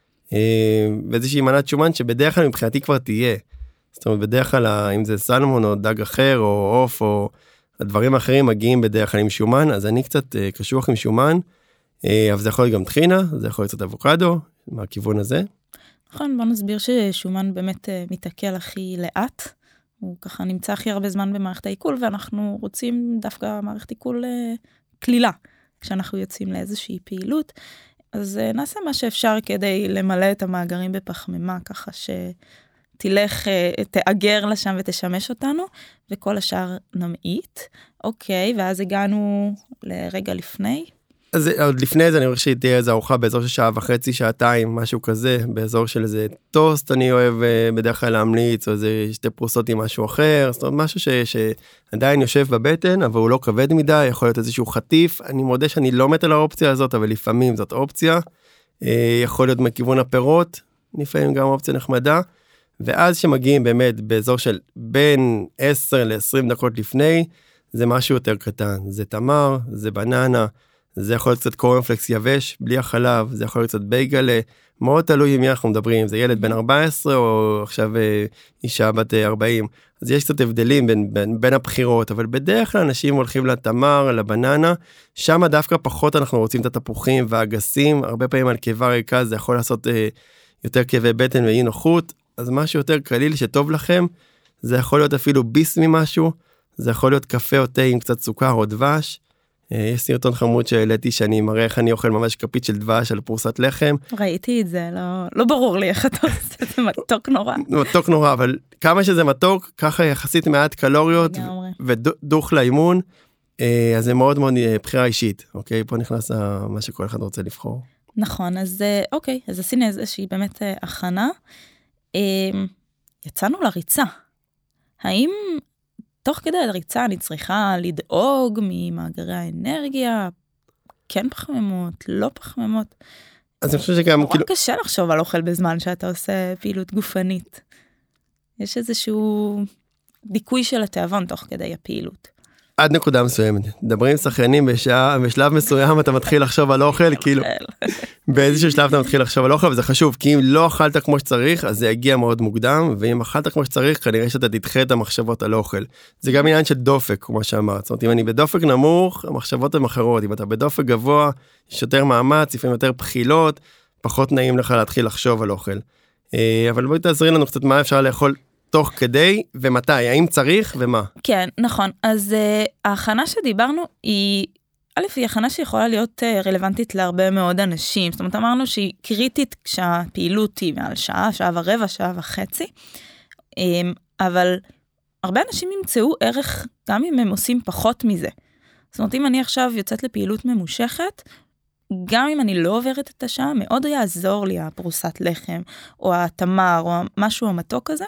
ואיזושהי מנת שומן שבדרך כלל מבחינתי כבר תהיה. זאת אומרת, בדרך כלל, אם זה סלמון או דג אחר או עוף או הדברים האחרים מגיעים בדרך כלל עם שומן, אז אני קצת קשוח עם שומן, אבל זה יכול להיות גם טחינה, זה יכול להיות קצת אבוקדו, מהכיוון הזה. נכון, בוא נסביר ששומן באמת מתעכל הכי לאט, הוא ככה נמצא הכי הרבה זמן במערכת העיכול, ואנחנו רוצים דווקא מערכת עיכול כלילה, כשאנחנו יוצאים לאיזושהי פעילות, אז נעשה מה שאפשר כדי למלא את המאגרים בפחמימה, ככה שתלך, תאגר לשם ותשמש אותנו, וכל השאר נמעיט. אוקיי, ואז הגענו לרגע לפני. אז עוד לפני זה אני חושב שתהיה איזו ארוחה באזור של שעה וחצי, שעתיים, משהו כזה, באזור של איזה טוסט אני אוהב בדרך כלל להמליץ, או איזה שתי פרוסות עם משהו אחר, זאת אומרת משהו ש, שעדיין יושב בבטן, אבל הוא לא כבד מדי, יכול להיות איזשהו חטיף, אני מודה שאני לא מת על האופציה הזאת, אבל לפעמים זאת אופציה, יכול להיות מכיוון הפירות, לפעמים גם אופציה נחמדה, ואז שמגיעים באמת באזור של בין עשר ל-עשרים דקות לפני, זה משהו יותר קטן, זה תמר, זה בננה, זה יכול להיות קצת קורנפלקס יבש, בלי החלב, זה יכול להיות קצת בייגלה, מאוד תלוי עם מי אנחנו מדברים, זה ילד בן ארבע עשרה או עכשיו אישה בת ארבעים, אז יש קצת הבדלים בין, בין, בין הבחירות, אבל בדרך כלל אנשים הולכים לתמר, לבננה, שם דווקא פחות אנחנו רוצים את התפוחים והאגסים, הרבה פעמים על קיבה ריקה זה יכול לעשות אה, יותר כאבי בטן ואי נוחות, אז משהו יותר קליל שטוב לכם, זה יכול להיות אפילו ביס ממשהו, זה יכול להיות קפה או תה עם קצת סוכר או דבש, יש סרטון חמוד שהעליתי שאני מראה איך אני אוכל ממש כפית של דבש על פרוסת לחם. ראיתי את זה, לא, לא ברור לי איך אתה עושה, זה מתוק נורא. מתוק נורא, אבל כמה שזה מתוק, ככה יחסית מעט קלוריות ודוך לאימון, אז זה מאוד מאוד בחירה אישית, אוקיי? פה נכנס מה שכל אחד רוצה לבחור. נכון, אז אוקיי, אז עשינו איזושהי באמת הכנה. יצאנו לריצה. האם תוך כדי הריצה אני צריכה לדאוג ממאגרי האנרגיה, כן פחמימות, לא פחמימות? אז אני חושב שגם... נורא כאילו... קשה לחשוב על אוכל בזמן שאתה עושה פעילות גופנית. יש איזשהו דיכוי של התיאבון תוך כדי הפעילות. עד נקודה מסוימת. מדברים שחיינים בשעה, בשלב מסוים אתה מתחיל לחשוב על אוכל, כאילו, באיזשהו שלב אתה מתחיל לחשוב על אוכל, וזה חשוב, כי אם לא אכלת כמו שצריך, אז זה יגיע מאוד מוקדם, ואם אכלת כמו שצריך, כנראה שאתה תדחה את המחשבות על אוכל. זה גם עניין של דופק, כמו שאמרת. זאת אומרת, אם אני בדופק נמוך, המחשבות הן אחרות. אם אתה בדופק גבוה, יש יותר מאמץ, לפעמים יותר בחילות, פחות נעים לך להתחיל לחשוב על אוכל. אבל בואי תעזרי לנו קצת מה אפשר לאכול תוך כדי, ומתי, האם צריך ומה? כן, נכון. אז uh, ההכנה שדיברנו היא א', היא הכנה שיכולה להיות רלוונטית להרבה מאוד אנשים, זאת אומרת, אמרנו שהיא קריטית כשהפעילות היא מעל שעה, שעה ורבע, שעה וחצי, אבל הרבה אנשים ימצאו ערך גם אם הם עושים פחות מזה. זאת אומרת, אם אני עכשיו יוצאת לפעילות ממושכת, גם אם אני לא עוברת את השעה, מאוד יעזור לי הפרוסת לחם, או התמר, או משהו המתוק הזה.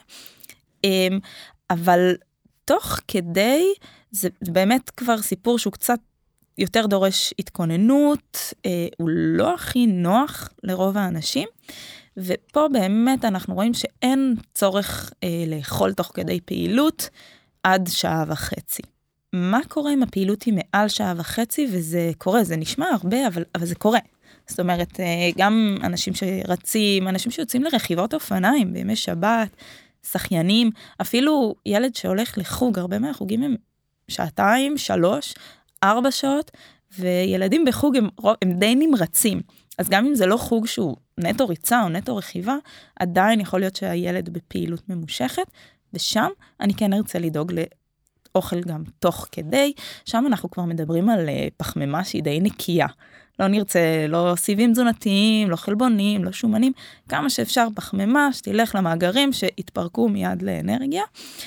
אבל תוך כדי, זה באמת כבר סיפור שהוא קצת יותר דורש התכוננות, הוא לא הכי נוח לרוב האנשים, ופה באמת אנחנו רואים שאין צורך לאכול תוך כדי פעילות עד שעה וחצי. מה קורה אם הפעילות היא מעל שעה וחצי, וזה קורה, זה נשמע הרבה, אבל, אבל זה קורה. זאת אומרת, גם אנשים שרצים, אנשים שיוצאים לרכיבות אופניים בימי שבת, שחיינים, אפילו ילד שהולך לחוג, הרבה מהחוגים הם שעתיים, שלוש, ארבע שעות, וילדים בחוג הם, הם די נמרצים. אז גם אם זה לא חוג שהוא נטו ריצה או נטו רכיבה, עדיין יכול להיות שהילד בפעילות ממושכת, ושם אני כן ארצה לדאוג לאוכל גם תוך כדי, שם אנחנו כבר מדברים על פחמימה שהיא די נקייה. לא נרצה, לא סיבים תזונתיים, לא חלבונים, לא שומנים, כמה שאפשר פחמימה שתלך למאגרים שהתפרקו מיד לאנרגיה.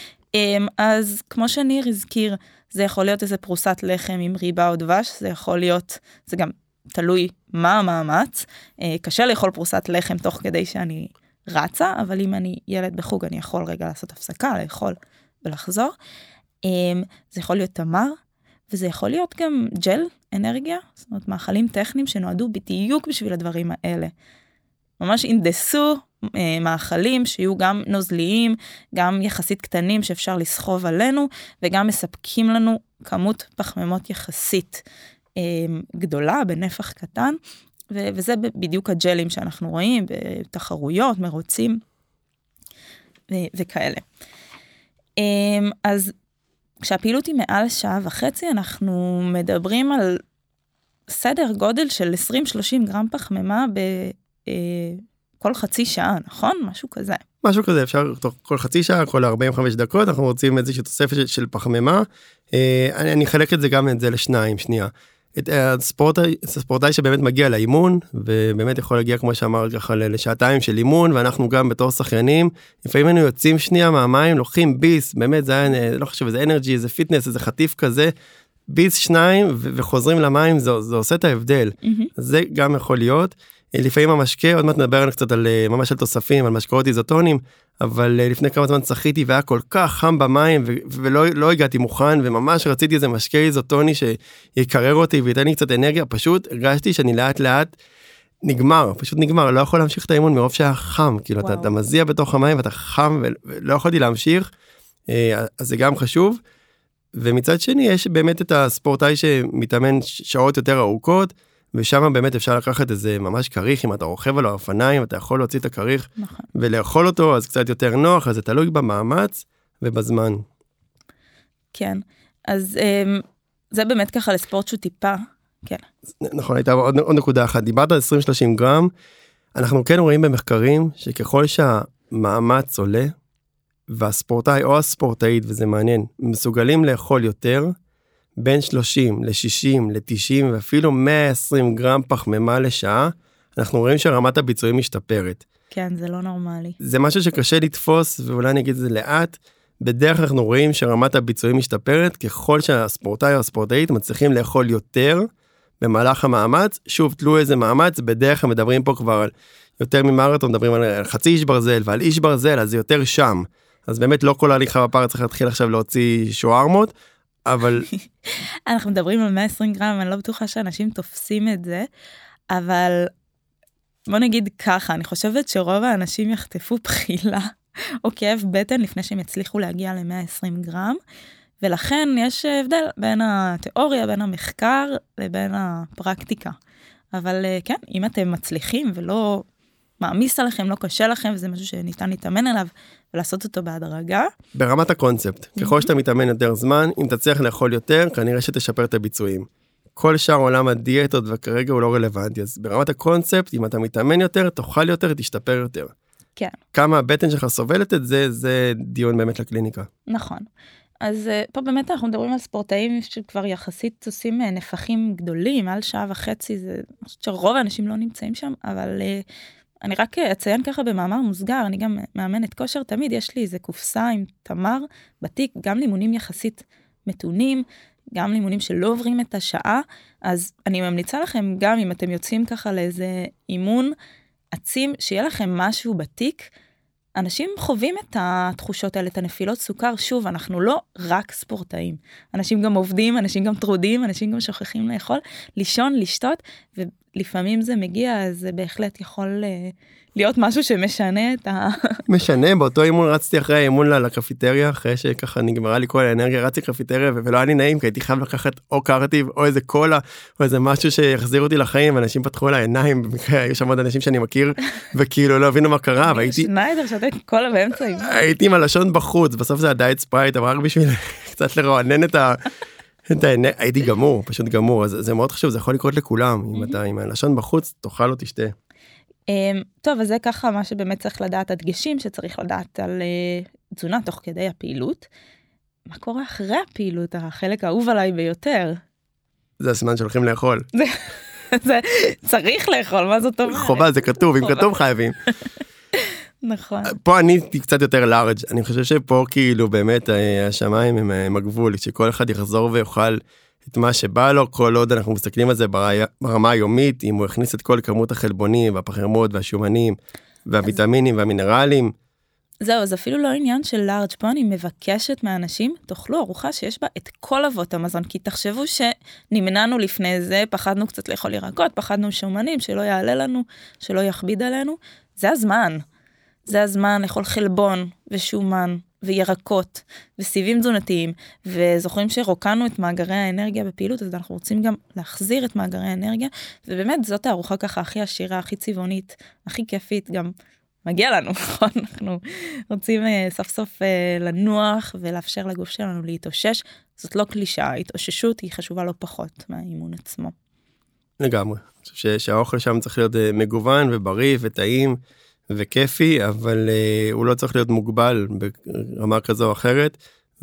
אז כמו שניר הזכיר, זה יכול להיות איזה פרוסת לחם עם ריבה או דבש, זה יכול להיות, זה גם תלוי מה המאמץ, קשה לאכול פרוסת לחם תוך כדי שאני רצה, אבל אם אני ילד בחוג אני יכול רגע לעשות הפסקה, לאכול ולחזור. זה יכול להיות תמר, וזה יכול להיות גם ג'ל, אנרגיה, זאת אומרת מאכלים טכניים שנועדו בדיוק בשביל הדברים האלה. ממש אינדסו אה, מאכלים שיהיו גם נוזליים, גם יחסית קטנים שאפשר לסחוב עלינו, וגם מספקים לנו כמות פחמימות יחסית אה, גדולה, בנפח קטן, ו- וזה בדיוק הג'לים שאנחנו רואים, בתחרויות, מרוצים, ו- וכאלה. אה, אז כשהפעילות היא מעל שעה וחצי, אנחנו מדברים על סדר גודל של עשרים שלושים גרם פחמימה בכל חצי שעה, נכון? משהו כזה. משהו כזה, אפשר כל חצי שעה, כל ארבעים וחמש דקות, אנחנו רוצים איזושהי תוספת של פחמימה. אני, אני אחלק את זה גם את זה לשניים, שנייה. את הספורטאי, הספורטאי שבאמת מגיע לאימון, ובאמת יכול להגיע, כמו שאמרת, ככה לשעתיים של אימון, ואנחנו גם בתור שחיינים, לפעמים היינו יוצאים שנייה מהמים, לוקחים ביס, באמת זה היה, לא חושב, איזה אנרגי, איזה פיטנס, איזה חטיף כזה, ביס שניים, ו- וחוזרים למים, זה, זה עושה את ההבדל. Mm-hmm. זה גם יכול להיות. לפעמים המשקה, עוד מעט נדבר קצת על, ממש על תוספים, על משקאות איזוטונים, אבל לפני כמה זמן צחיתי והיה כל כך חם במים, ו- ולא לא הגעתי מוכן, וממש רציתי איזה משקה איזוטוני שיקרר אותי וייתן לי קצת אנרגיה, פשוט הרגשתי שאני לאט לאט נגמר, פשוט נגמר, לא יכול להמשיך את האימון מרוב שהיה חם, כאילו אתה, אתה מזיע בתוך המים ואתה חם ולא יכולתי להמשיך, אז זה גם חשוב. ומצד שני יש באמת את הספורטאי שמתאמן שעות יותר ארוכות, ושם באמת אפשר לקחת איזה ממש קריך, אם אתה רוכב על האופניים, אתה יכול להוציא את הקריך, נכון. ולאכול אותו, אז קצת יותר נוח, אז זה תלוי במאמץ ובזמן. כן, אז זה באמת ככה לספורט שהוא טיפה, כן. נכון, הייתה עוד, עוד נקודה אחת, דיברת על עשרים שלושים גרם, אנחנו כן רואים במחקרים, שככל שהמאמץ עולה, והספורטאי או הספורטאית, וזה מעניין, מסוגלים לאכול יותר, בין שלושים ל-שישים ל-תשעים ואפילו מאה ועשרים גרם פחמימה לשעה, אנחנו רואים שרמת הביצועים משתפרת. כן, זה לא נורמלי. זה משהו שקשה לתפוס, ואולי נגיד את זה לאט, בדרך אנחנו רואים שרמת הביצועים משתפרת, ככל שהספורטאי או הספורטאית מצליחים לאכול יותר במהלך המאמץ, שוב, תלו איזה מאמץ, בדרך כלל מדברים פה כבר על יותר ממרתון, מדברים על חצי איש ברזל ועל איש ברזל, אז זה יותר שם. אז באמת לא כל ההליכה בפארק צריך להתחיל עכשיו להוציא שוארמות, אבל... אנחנו מדברים על מאה ועשרים גרם, אני לא בטוחה שאנשים תופסים את זה, אבל בוא נגיד ככה, אני חושבת שרוב האנשים יחטפו בחילה או כאב בטן לפני שהם יצליחו להגיע ל-מאה ועשרים גרם, ולכן יש הבדל בין התיאוריה, בין המחקר לבין הפרקטיקה. אבל כן, אם אתם מצליחים ולא מעמיס עליכם, לא קשה לכם, וזה משהו שניתן להתאמן עליו, ולעשות אותו בהדרגה. ברמת הקונספט, ככל שאתה מתאמן יותר זמן, אם תצליח לאכול יותר, כנראה שתשפר את הביצועים. כל שאר עולם הדיאטות וכרגע הוא לא רלוונטי, אז ברמת הקונספט, אם אתה מתאמן יותר, תאכל יותר, תשתפר יותר. כן. כמה הבטן שלך סובלת את זה, זה דיון באמת לקליניקה. נכון. אז פה באמת אנחנו מדברים על ספורטאים שכבר יחסית עושים נפחים גדולים, מעל שעה וחצי, זה, אני חושבת שרוב האנשים לא נמצאים שם, אבל אני רק אציין ככה במאמר מוסגר, אני גם מאמנת כושר, תמיד יש לי איזה קופסה עם תמר בתיק, גם לימונים יחסית מתונים, גם לימונים שלא עוברים את השעה, אז אני ממליצה לכם גם אם אתם יוצאים ככה לאיזה אימון עצים, שיהיה לכם משהו בתיק, אנשים חווים את התחושות האלה, את הנפילות סוכר, שוב, אנחנו לא רק ספורטאים, אנשים גם עובדים, אנשים גם טרודים, אנשים גם שוכחים לאכול, לישון, לשתות, ולפעמים זה מגיע, אז זה בהחלט יכול להיות משהו שמשנה את ה... משנה, באותו אימון רצתי אחרי האימון לקפיטריה, אחרי שככה נגמרה לי כל האנרגיה, רצתי לקפיטריה, ולא היה לי נעים, כי הייתי חייב לקחת או קרטיב, או איזה קולה, או איזה משהו שיחזיר אותי לחיים, ואנשים פתחו על העיניים, במקרה, היו שם עוד אנשים שאני מכיר, וכאילו לא הבינו מה קרה, והייתי... שניידר, שאתה קולה באמצע. הייתי עם הלשון בחוץ, בסוף זה הדייט ספרייט, אבל רק בשביל קצת לרענן את ה... הייתי גמור, פשוט גמור, אז זה מאוד חשוב, זה יכול לקרות לכולם, אם אתה עם הלשון בחוץ, תאכל או תשתה. טוב, אז זה ככה מה שבאמת צריך לדעת, הדגשים שצריך לדעת על תזונה תוך כדי הפעילות. מה קורה אחרי הפעילות, החלק האהוב עליי ביותר? זה הסימן שהולכים לאכול. זה צריך לאכול, מה זאת אומרת? חובה, זה כתוב, אם כתוב חייבים. נכון. פה אני קצת יותר לארג', אני חושב שפה כאילו באמת השמיים הם הגבול, שכל אחד יחזור ויאכל את מה שבא לו, כל עוד אנחנו מסתכלים על זה ברמה היומית, אם הוא הכניס את כל כמות החלבונים והפחמימות והשומנים והוויטמינים והמינרלים. זהו, אז אפילו לא עניין של לארג', פה אני מבקשת מהאנשים, תאכלו ארוחה שיש בה את כל אבות המזון, כי תחשבו שנמנענו לפני זה, פחדנו קצת לאכול ירקות, פחדנו שומנים, שלא יעלה לנו, שלא יכביד עלינו, זה הזמן. זה הזמן לאכול חלבון ושומן וירקות וסיבים תזונתיים, וזוכרים שרוקנו את מאגרי האנרגיה בפעילות, אז אנחנו רוצים גם להחזיר את מאגרי האנרגיה, ובאמת זאת הארוחה ככה הכי עשירה, הכי צבעונית, הכי כיפית, גם מגיע לנו, נכון? אנחנו רוצים סוף סוף לנוח ולאפשר לגוף שלנו להתאושש, זאת לא קלישה, התאוששות היא חשובה לא פחות מהאימון עצמו. לגמרי, אני חושב שהאוכל שם צריך להיות מגוון ובריא וטעים, וכיפי, אבל uh, הוא לא צריך להיות מוגבל ברמה כזו או אחרת,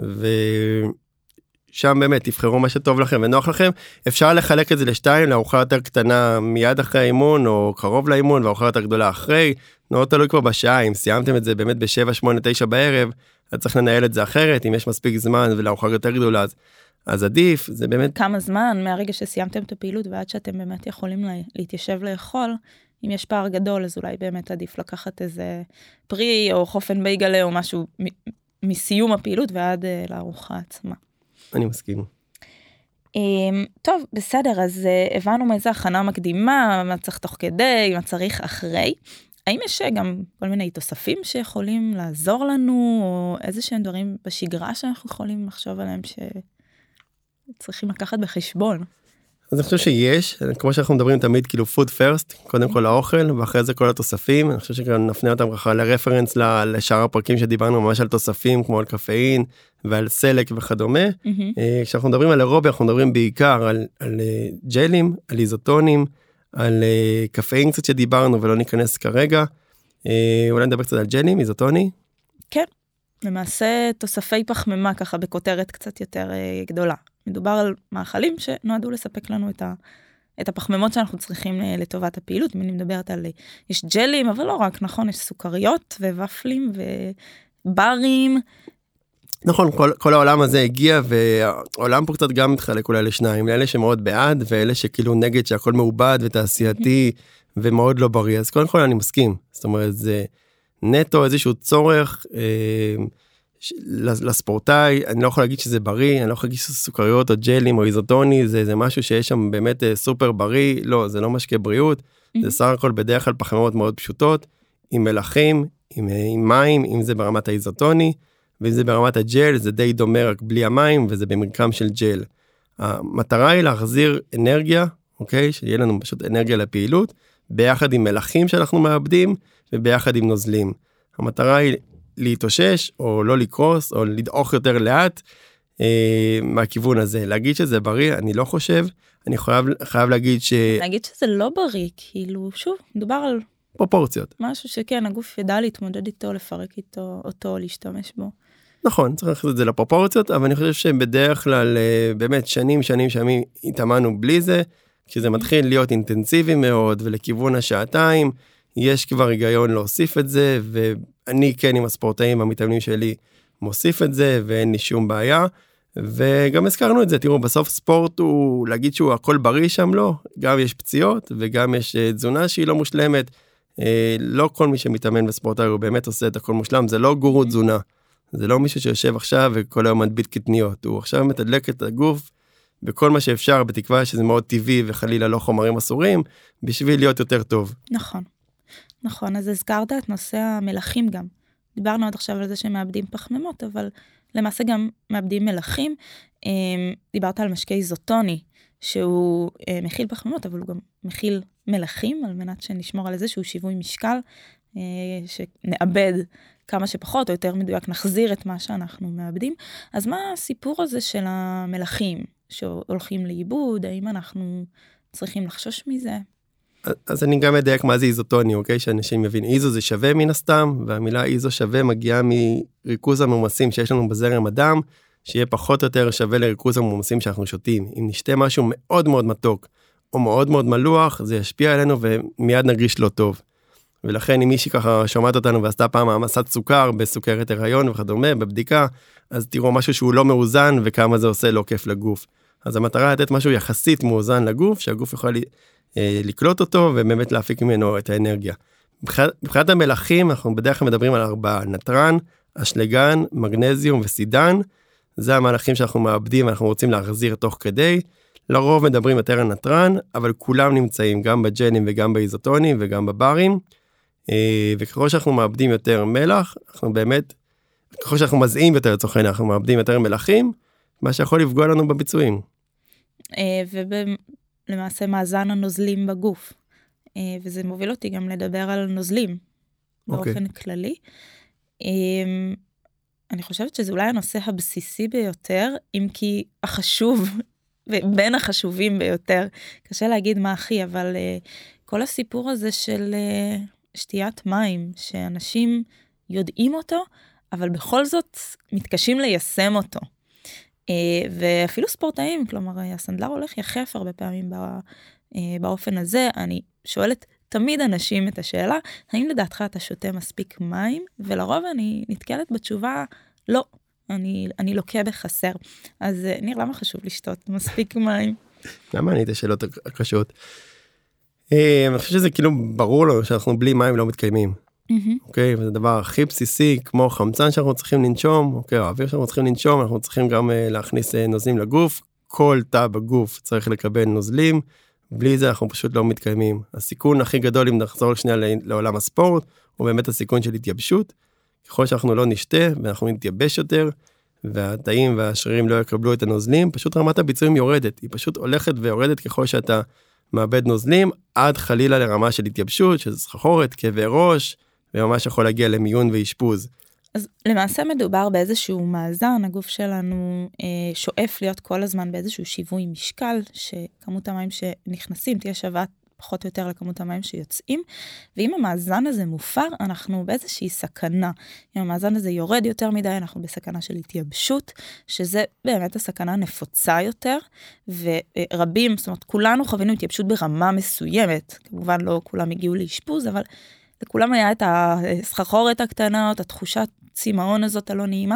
ושם באמת תבחרו מה שטוב לכם ונוח לכם, אפשר לחלק את זה לשתיים, לארוחה יותר קטנה מיד אחרי האימון, או קרוב לאימון, וארוחה יותר גדולה אחרי, מאוד תלוי כבר בשעה, אם סיימתם את זה באמת בשבע, שמונה, תשע בערב, אז צריך לנהל את זה אחרת, אם יש מספיק זמן ולארוחה יותר גדולה, אז, אז עדיף, זה באמת... כמה זמן מהרגע שסיימתם את הפעילות, ועד שאתם באמת יכולים לה... להתיישב לאכול, אם יש פער גדול, אז אולי באמת עדיף לקחת איזה פרי או חופן בייגלה או משהו מ- מסיום הפעילות ועד uh, לארוחה עצמה. אני מסכים. Um, טוב, בסדר, אז uh, הבנו מאיזה הכנה מקדימה, מה צריך תוך כדי, מה צריך אחרי. האם יש גם כל מיני תוספים שיכולים לעזור לנו, או איזה שהם דברים בשגרה שאנחנו יכולים לחשוב עליהם שצריכים לקחת בחשבון? אז אני חושב שיש, כמו שאנחנו מדברים תמיד, כאילו food first, קודם כל האוכל, ואחרי זה כל התוספים, אני חושב שגם נפנה אותם ככה לרפרנס לשאר הפרקים שדיברנו ממש על תוספים, כמו על קפאין ועל סלק וכדומה. כשאנחנו מדברים על אירובי, אנחנו מדברים בעיקר על, על ג'לים, על איזוטונים, על קפאין קצת שדיברנו ולא ניכנס כרגע. אולי נדבר קצת על ג'לים, איזוטוני? כן, למעשה תוספי פחמימה ככה בכותרת קצת יותר גדולה. מדובר על מאכלים שנועדו לספק לנו את, ה, את הפחמימות שאנחנו צריכים לטובת הפעילות. אני מדברת על, יש ג'לים, אבל לא רק, נכון, יש סוכריות וופלים וברים. נכון, כל, כל העולם הזה הגיע, והעולם פה קצת גם מתחלק אולי לשניים, לאלה שמאוד בעד, ואלה שכאילו נגד שהכל מעובד ותעשייתי, ומאוד לא בריא. אז קודם כל אני מסכים. זאת אומרת, זה נטו איזשהו צורך, אה, לספורטאי, אני לא יכול להגיד שזה בריא, אני לא יכול להגיד שזה סוכריות או ג'לים או איזוטוני, זה, זה משהו שיש שם באמת סופר בריא, לא, זה לא משקה בריאות, mm-hmm. זה סך הכל בדרך כלל פחמימות מאוד פשוטות, עם מלחים, עם, עם מים, אם זה ברמת האיזוטוני, ואם זה ברמת הג'ל, זה די דומה רק בלי המים, וזה במרקם של ג'ל. המטרה היא להחזיר אנרגיה, אוקיי, שיהיה לנו פשוט אנרגיה לפעילות, ביחד עם מלחים שאנחנו מאבדים, וביחד עם נוזלים. המטרה היא להתאושש, או לא לקרוס, או לדעוך יותר לאט, אה, מהכיוון הזה. להגיד שזה בריא, אני לא חושב, אני חייב, חייב להגיד ש... להגיד שזה לא בריא, כאילו, שוב, מדובר על... פרופורציות. משהו שכן, הגוף ידע להתמודד איתו, לפרק איתו, אותו, להשתמש בו. נכון, צריך לעשות את זה לפרופורציות, אבל אני חושב שבדרך כלל באמת שנים שנים שנים התאמנו בלי זה, כשזה מתחיל להיות אינטנסיבי מאוד ולכיוון השעתיים, יש כבר היגיון להוסיף את זה, ואני כן עם הספורטאים המתאמנים שלי מוסיף את זה, ואין לי שום בעיה, וגם הזכרנו את זה, תראו, בסוף ספורט הוא להגיד שהוא הכל בריא שם, לא, גם יש פציעות, וגם יש תזונה שהיא לא מושלמת, לא כל מי שמתאמן בספורטאי הוא באמת עושה את הכל מושלם, זה לא גורו תזונה, זה לא מישהו שיושב עכשיו וכל היום מדביט קטניות, הוא עכשיו מתדלק את הגוף, בכל מה שאפשר, בתקווה שזה מאוד טבעי וחלילה לא חומרים אסורים, בשביל להיות יותר טוב. נכון, נכון, אז הזכרת את נושא המלחים גם. דיברנו עד עכשיו על זה שמאבדים פחמימות, אבל למעשה גם מאבדים מלחים. דיברת על משקה איזוטוני, שהוא מכיל פחמימות, אבל הוא גם מכיל מלחים, על מנת שנשמור על איזשהו שיווי משקל, שנאבד כמה שפחות, או יותר מדויק, נחזיר את מה שאנחנו מאבדים. אז מה הסיפור הזה של המלחים שהולכים לאיבוד? האם אנחנו צריכים לחשוש מזה? אז אני גם אדייק מה זה איזוטוני, אוקיי? שאנשים מבין, איזו זה שווה מן הסתם, והמילה איזו שווה מגיעה מריכוז המומסים שיש לנו בזרם הדם, שיהיה פחות או יותר שווה לריכוז המומסים שאנחנו שותים. אם נשתה משהו מאוד מאוד מתוק, או מאוד מאוד מלוח, זה ישפיע עלינו ומיד נרגיש לא טוב. ולכן אם מישהי ככה שומעת אותנו ועשתה פעם העמסת סוכר בסוכרת הריון וכדומה, בבדיקה, אז תראו משהו שהוא לא מאוזן וכמה זה עושה לא כיף לגוף. אז המטרה לתת משהו יחסית מאוזן לגוף, שהגוף יכול אה, לקלוט אותו ובאמת להפיק ממנו את האנרגיה. מבחינת, מבחינת המלחים, אנחנו בדרך כלל מדברים על ארבעה, נטרן, אשלגן, מגנזיום וסידן, זה המהלכים שאנחנו מאבדים ואנחנו רוצים להחזיר תוך כדי, לרוב מדברים יותר על נטרן, אבל כולם נמצאים גם בג'לים וגם באיזוטונים וגם בברים, וככל שאנחנו מאבדים יותר מלח, אנחנו באמת, ככל שאנחנו מזעים יותר לצורכנו, אנחנו מאבדים יותר מלחים, מה שיכול לפגוע לנו בביצועים. ולמעשה מאזן הנוזלים בגוף, וזה מוביל אותי גם לדבר על נוזלים, באופן כללי. אני חושבת שזה אולי הנושא הבסיסי ביותר, אם כי החשוב, ובין החשובים ביותר, קשה להגיד מה הכי, אבל כל הסיפור הזה של שתיית מים, שאנשים יודעים אותו, אבל בכל זאת מתקשים ליישם אותו. ואפילו ספורטאים, כלומר, הסנדלר הולך יחף הרבה פעמים באופן הזה. אני שואלת תמיד אנשים את השאלה, האם לדעתך אתה שותה מספיק מים? ולרוב אני נתקלת בתשובה, לא, אני, אני לוקה בחסר. אז ניר, למה חשוב לשתות מספיק מים? למה אני את השאלות הקשות? אני חושב שזה כאילו ברור לו שאנחנו בלי מים לא מתקיימים. אוקיי, וזה דבר הכי בסיסי, כמו חמצן שאנחנו צריכים לנשום, אוקיי, האוויר שאנחנו צריכים לנשום, אנחנו צריכים גם להכניס נוזלים לגוף, כל תא בגוף צריך לקבל נוזלים, בלי זה אנחנו פשוט לא מתקיימים. הסיכון הכי גדול, אם נחזור שנייה לעולם הספורט, הוא באמת הסיכון של התייבשות. ככל שאנחנו לא נשתה, ואנחנו נתייבש יותר, והתאים והשרירים לא יקבלו את הנוזלים, פשוט רמת הביצועים יורדת, היא פשוט הולכת ויורדת ככל שאתה מאבד נוזלים, עד חלילה לרמה של התייבשות, של סחרחורת, כאבי ראש, וממש יכול להגיע למיון ואשפוז. אז למעשה מדובר באיזשהו מאזן, הגוף שלנו אה, שואף להיות כל הזמן באיזשהו שיווי משקל, שכמות המים שנכנסים תהיה שווה פחות או יותר לכמות המים שיוצאים, ואם המאזן הזה מופר, אנחנו באיזושהי סכנה. אם המאזן הזה יורד יותר מדי, אנחנו בסכנה של התייבשות, שזה באמת הסכנה נפוצה יותר, ורבים, זאת אומרת, כולנו חווינו התייבשות ברמה מסוימת, כמובן לא כולם הגיעו לאשפוז, אבל לכולם היה את הסחרחורת הקטנה, את התחושת צמאון הזאת הלא נעימה,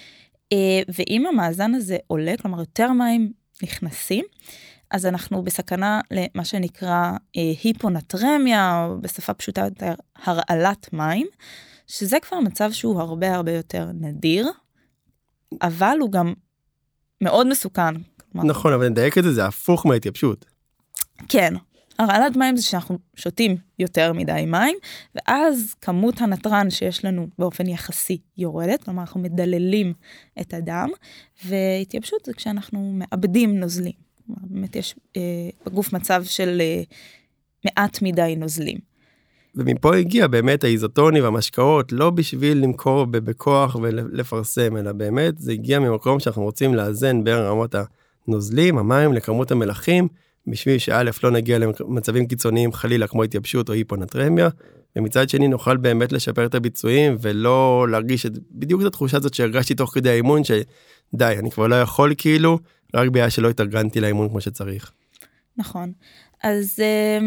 ואם המאזן הזה עולה, כלומר יותר מים נכנסים, אז אנחנו בסכנה למה שנקרא היפונטרמיה, או בשפה פשוטה יותר הרעלת מים, שזה כבר מצב שהוא הרבה הרבה יותר נדיר, אבל הוא גם מאוד מסוכן. נכון, אבל נדייק את זה, זה הפוך מההתייבשות. כן, הרעלת מים זה שאנחנו שותים יותר מדי מים, ואז כמות הנטרן שיש לנו באופן יחסי יורדת, כלומר אנחנו מדללים את הדם, והתייבשות זה כשאנחנו מאבדים נוזלים. באמת יש אה, בגוף מצב של אה, מעט מדי נוזלים. ומפה הגיע באמת האיזוטונים והמשקאות, לא בשביל למכור בכוח ולפרסם, אלא באמת זה הגיע ממקום שאנחנו רוצים לאזן בין רמות הנוזלים, המים, לכמות המלחים, בשביל שא' לא נגיע למצבים קיצוניים חלילה כמו התייבשות או היפונטרמיה, ומצד שני נוכל באמת לשפר את הביצועים, ולא להרגיש את, בדיוק את התחושה הזאת שהרגשתי תוך כדי האימון, שדי, אני כבר לא יכול כאילו, רק בגלל שלא התארגנתי לאימון כמו שצריך. נכון. אז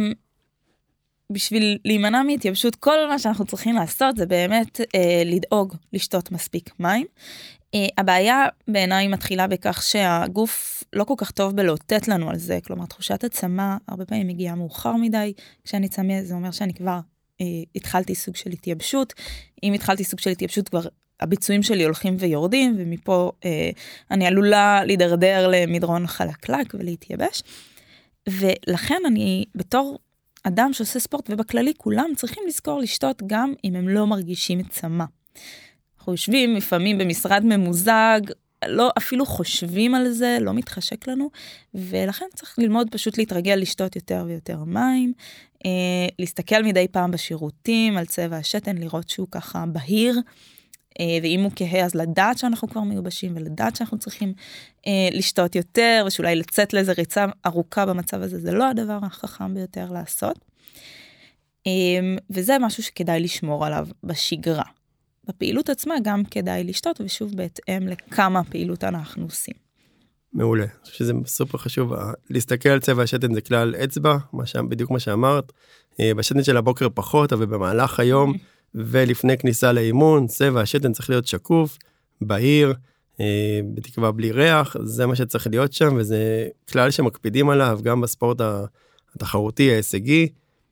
בשביל להימנע מהתייבשות, כל מה שאנחנו צריכים לעשות זה באמת אה, לדאוג לשתות מספיק מים. אה, הבעיה בעיניי מתחילה בכך שהגוף לא כל כך טוב בלאותת לנו על זה, כלומר תחושת הצמא הרבה פעמים מגיעה מאוחר מדי, כשאני צמא זה אומר שאני כבר אה, התחלתי סוג של התייבשות, אם התחלתי סוג של התייבשות כבר הביצועים שלי הולכים ויורדים, ומפה אה, אני עלולה להידרדר למדרון חלקלק ולהתייבש, ולכן אני בתור אדם שעושה ספורט, ובכללי כולם צריכים לזכור לשתות גם אם הם לא מרגישים את צמא. אנחנו יושבים לפעמים במשרד ממוזג, לא אפילו חושבים על זה, לא מתחשק לנו, ולכן צריך ללמוד פשוט להתרגל לשתות יותר ויותר מים, אה, להסתכל מדי פעם בשירותים על צבע השתן, לראות שהוא ככה בהיר, אה, ואם הוא כהה אז לדעת שאנחנו כבר מיובשים, ולדעת שאנחנו צריכים אה, לשתות יותר, ושאולי לצאת לאיזה ריצה ארוכה במצב הזה, זה לא הדבר החכם ביותר לעשות. אה, וזה משהו שכדאי לשמור עליו בשגרה. בפעילות עצמה גם כדאי לשתות, ושוב בהתאם לכמה פעילות אנחנו עושים. מעולה. אני חושב שזה סופר חשוב. להסתכל על צבע השתן זה כלל אצבע, מה שם, בדיוק מה שאמרת. בשתן של הבוקר פחות, אבל במהלך היום, ולפני כניסה לאימון, צבע השתן צריך להיות שקוף, בהיר, בתקווה בלי ריח, זה מה שצריך להיות שם, וזה כלל שמקפידים עליו, גם בספורט התחרותי, ההישגי,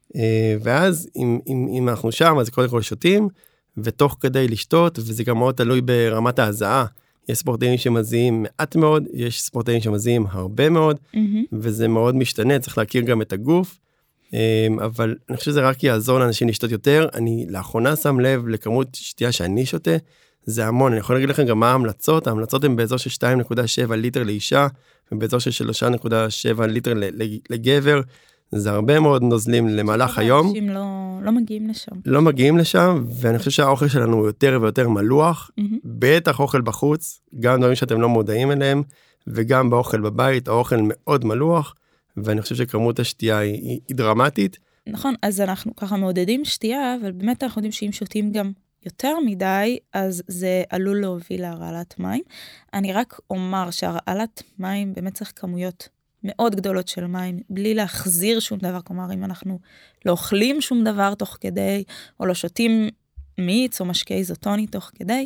ואז אם, אם, אם אנחנו שם, אז קודם כל שותים, ותוך כדי לשתות, וזה גם מאוד תלוי ברמת ההזעה. יש ספורטאים שמזיעים מעט מאוד, יש ספורטאים שמזיעים הרבה מאוד, mm-hmm. וזה מאוד משתנה, צריך להכיר גם את הגוף, אבל אני חושב שזה רק יעזור לאנשים לשתות יותר. אני לאחרונה שם לב לכמות שתייה שאני שותה, זה המון. אני יכול להגיד לכם גם מה ההמלצות, ההמלצות הן באזור של שתיים נקודה שבע ליטר לאישה, ובאזור של שלוש נקודה שבע ליטר לגבר, זה הרבה מאוד נוזלים למהלך היום. אנשים לא, לא מגיעים לשם. לא מגיעים לשם, ואני חושב שהאוכל שלנו הוא יותר ויותר מלוח, mm-hmm. בטח אוכל בחוץ, גם דברים שאתם לא מודעים אליהם, וגם באוכל בבית, האוכל מאוד מלוח, ואני חושב שכמות השתייה היא, היא, היא דרמטית. נכון, אז אנחנו ככה מעודדים שתייה, אבל באמת אנחנו יודעים שאם שותים גם יותר מדי, אז זה עלול להוביל להרעלת מים. אני רק אומר שהרעלת מים באמת צריך כמויות מאוד גדולות של מים, בלי להחזיר שום דבר, כלומר, אם אנחנו לא אוכלים שום דבר תוך כדי, או לא שותים מיץ או משקה איזוטוני תוך כדי,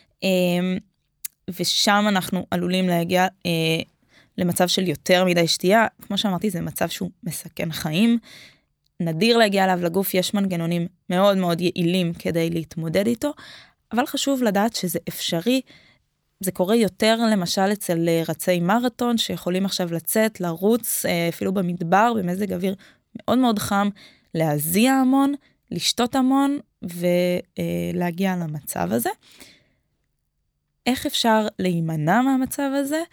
ושם אנחנו עלולים להגיע למצב של יותר מדי שתייה, כמו שאמרתי, זה מצב שהוא מסכן חיים, נדיר להגיע אליו לגוף, יש מנגנונים מאוד מאוד יעילים כדי להתמודד איתו, אבל חשוב לדעת שזה אפשרי, זה קורה יותר למשל אצל רצי מרתון, שיכולים עכשיו לצאת, לרוץ, אפילו במדבר, במזג אוויר מאוד מאוד חם, להזיע המון, לשתות המון, ולהגיע למצב הזה. איך אפשר להימנע מהמצב הזה?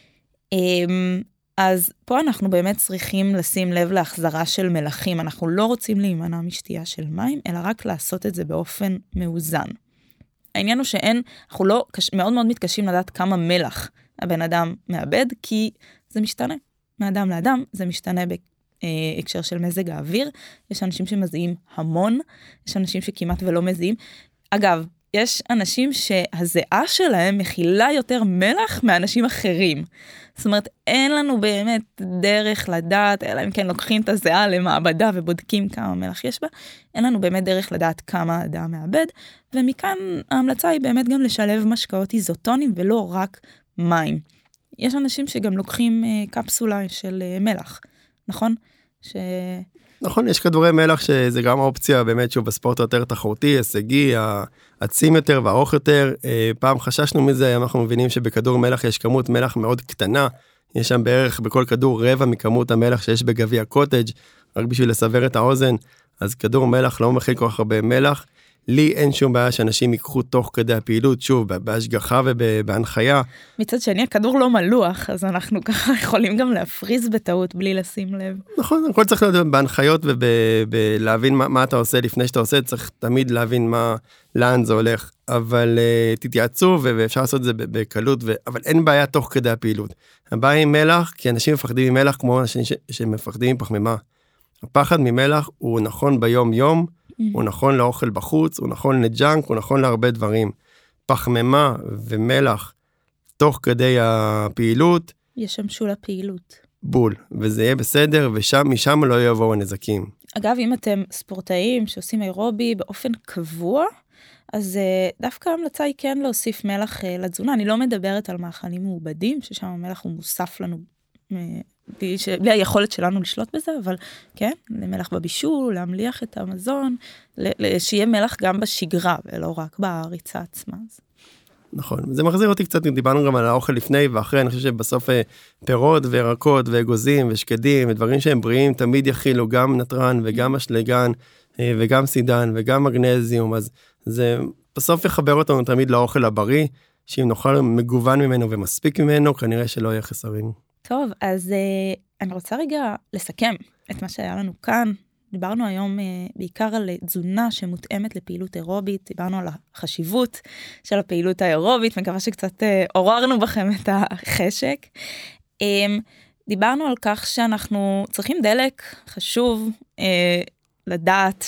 אז פה אנחנו באמת צריכים לשים לב להחזרה של מלחים, אנחנו לא רוצים להימנע משתייה של מים, אלא רק לעשות את זה באופן מאוזן. העניין הוא שאין, אנחנו לא, מאוד מאוד מתקשים לדעת כמה מלח הבן אדם מאבד, כי זה משתנה. מאדם לאדם זה משתנה בהקשר של מזג האוויר. יש אנשים שמזיעים המון, יש אנשים שכמעט ולא מזיעים. אגב, יש אנשים שהזיעה שלהם מכילה יותר מלח מאנשים אחרים. זאת אומרת, אין לנו באמת דרך לדעת, אלא אם כן לוקחים את הזיעה למעבדה ובודקים כמה מלח יש בה, אין לנו באמת דרך לדעת כמה האדם מאבד, ומכאן ההמלצה היא באמת גם לשלב משקאות איזוטונים ולא רק מים. יש אנשים שגם לוקחים אה, קפסולה של אה, מלח, נכון? ש... נכון, יש כדורי מלח שזה גם האופציה באמת שהוא בספורט יותר תחרותי, הישגי, העצים יותר והארוך יותר. פעם חששנו מזה, אנחנו מבינים שבכדור מלח יש כמות מלח מאוד קטנה, יש שם בערך בכל כדור רבע מכמות המלח שיש בגביע קוטג', רק בשביל לסבר את האוזן, אז כדור מלח לא מכיל כל כך הרבה מלח. לי אין שום בעיה שאנשים ייקחו תוך כדי הפעילות, שוב, בהשגחה ובהנחיה. מצד שני, הכדור לא מלוח, אז אנחנו ככה יכולים גם להפריז בטעות בלי לשים לב. נכון, הכל צריך להיות בהנחיות ובלהבין מה, מה אתה עושה לפני שאתה עושה, צריך תמיד להבין מה, לאן זה הולך, אבל uh, תתייעצו ואפשר לעשות את זה בקלות, ו... אבל אין בעיה תוך כדי הפעילות. הבעיה עם מלח, כי אנשים מפחדים ממלח כמו אנשים ש... שמפחדים מפחמימה. הפחד ממלח הוא נכון ביום יום, הוא נכון לאוכל בחוץ, הוא נכון לג'אנק, הוא נכון להרבה דברים. פחמימה ומלח, תוך כדי הפעילות, ישמשו לפעילות. בול, וזה יהיה בסדר, ושם, משם לא יבואו הנזקים. אגב, אם אתם ספורטאים שעושים אירובי באופן קבוע, אז דווקא ההמלצה היא כן להוסיף מלח לתזונה. אני לא מדברת על מאכלים מעובדים, ששם המלח הוא מוסף לנו, בלי, בלי היכולת שלנו לשלוט בזה, אבל כן, למלח בבישול, להמליח את המזון, שיהיה מלח גם בשגרה, ולא רק בריצה עצמה. נכון, זה מחזיר אותי קצת, דיברנו גם על האוכל לפני ואחרי, אני חושב שבסוף פירות וירקות ואגוזים ושקדים ודברים שהם בריאים, תמיד יכילו גם נטרן וגם אשלגן וגם סידן וגם מגנזיום, אז זה בסוף יחבר אותנו תמיד לאוכל הבריא, שאם נאכל מגוון ממנו ומספיק ממנו, כנראה שלא יהיה חסרים. טוב, אז אני רוצה רגע לסכם את מה שהיה לנו כאן. דיברנו היום בעיקר על תזונה שמותאמת לפעילות אירובית, דיברנו על החשיבות של הפעילות האירובית, מקווה שקצת עוררנו בכם את החשק. דיברנו על כך שאנחנו צריכים דלק, חשוב לדעת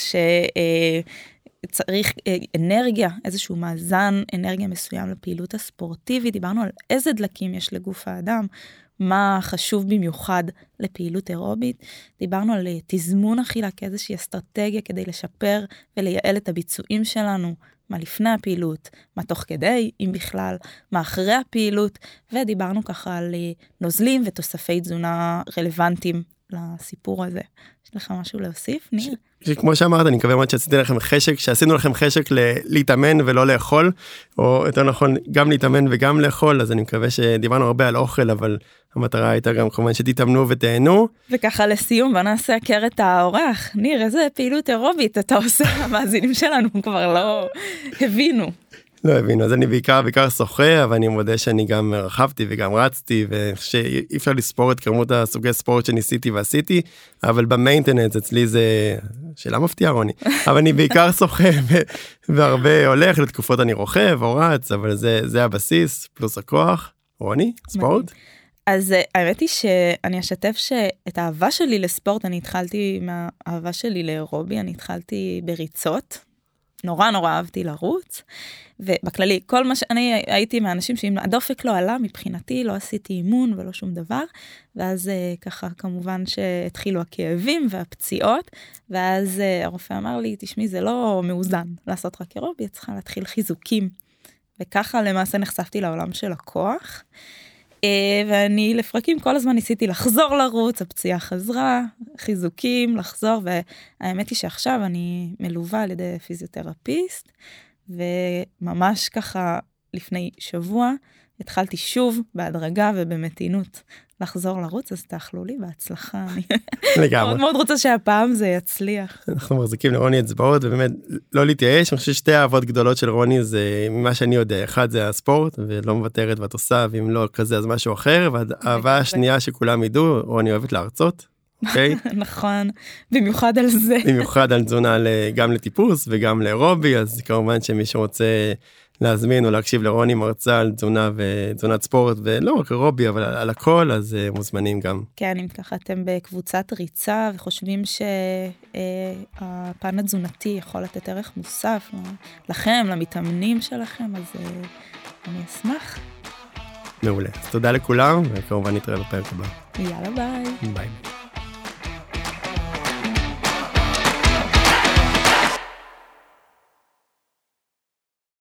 שצריך אנרגיה, איזשהו מאזן אנרגיה מסוים לפעילות הספורטיבית, דיברנו על איזה דלקים יש לגוף האדם, מה חשוב במיוחד לפעילות אירובית. דיברנו על תזמון אכילה כאיזושהי אסטרטגיה כדי לשפר ולייעל את הביצועים שלנו, מה לפני הפעילות, מה תוך כדי, אם בכלל, מה אחרי הפעילות, ודיברנו ככה על נוזלים ותוספי תזונה רלוונטיים לסיפור הזה. יש לך משהו להוסיף, ניר? כמו שאמרת, אני מקווה מאוד שעשיתי לכם חשק, שעשינו לכם חשק להתאמן ולא לאכול, או יותר נכון, גם להתאמן וגם לאכול, אז אני מקווה שדיברנו הרבה על אוכל, אבל המטרה הייתה גם כמובן שתתאמנו ותהנו. וככה לסיום, בנעשה הכר את האורח. ניר, איזה פעילות אירובית אתה עושה, המאזינים שלנו כבר לא הבינו. לא הבינו, אז אני בעיקר, בעיקר שוחה, אבל אני מודה שאני גם רחבתי וגם רצתי, ושאי אפשר לספור את כמות הסוגי ספורט שניסיתי ועשיתי, אבל במיינטננס אצלי זה שאלה מפתיעה, רוני, אבל אני בעיקר שוחה, והרבה הולך, לתקופות אני רוכב או רץ, אבל זה, זה הבסיס, פלוס הכוח. רוני, ספורט? אז האמת היא שאני אשתף שאת האהבה שלי לספורט, אני התחלתי מהאהבה שלי לאירובי, אני התחלתי בריצות, נורא נורא אהבתי לרוץ, ובכללי, כל מה שאני הייתי מהאנשים שאם הדופק לא עלה, מבחינתי לא עשיתי אימון ולא שום דבר, ואז ככה כמובן שהתחילו הכאבים והפציעות, ואז הרופא אמר לי, תשמעי, זה לא מאוזן לעשות רק אירובי, את צריכה להתחיל חיזוקים, וככה למעשה נחשפתי לעולם של הכוח, ואני לפרקים כל הזמן ניסיתי לחזור לרוץ, הפציעה חזרה, חיזוקים, לחזור, והאמת היא שעכשיו אני מלווה על ידי פיזיותרפיסט, וממש ככה לפני שבוע התחלתי שוב בהדרגה ובמתינות לחזור לרוץ, אז תאכלו לי בהצלחה. אני מאוד מאוד רוצה שהפעם זה יצליח. אנחנו מחזיקים לרוני אצבעות, ובאמת לא להתייאש, אני חושב ששתי אהבות גדולות של רוני זה ממה שאני יודע, אחד זה הספורט, ולא מוותרת ואת עושה, ואם לא כזה אז משהו אחר, והאהבה השנייה שכולם ידעו, רוני אוהבת להרצות. נכון, במיוחד על זה. במיוחד על תזונה גם לטיפוס וגם לאירובי, אז כמובן שמי שרוצה להזמין או להקשיב לרוני מרצה על תזונה ותזונת ספורט, ולא רק אירובי, אבל על הכל, אז מוזמנים גם. כן, אם ככה אתם בקבוצת ריצה וחושבים שהפן התזונתי יכול לתת ערך מוסף לכם, למתאמנים שלכם, אז אני אשמח. מעולה. אז תודה לכולם, וכמובן נתראה בפרק הבא. יאללה, ביי. ביי.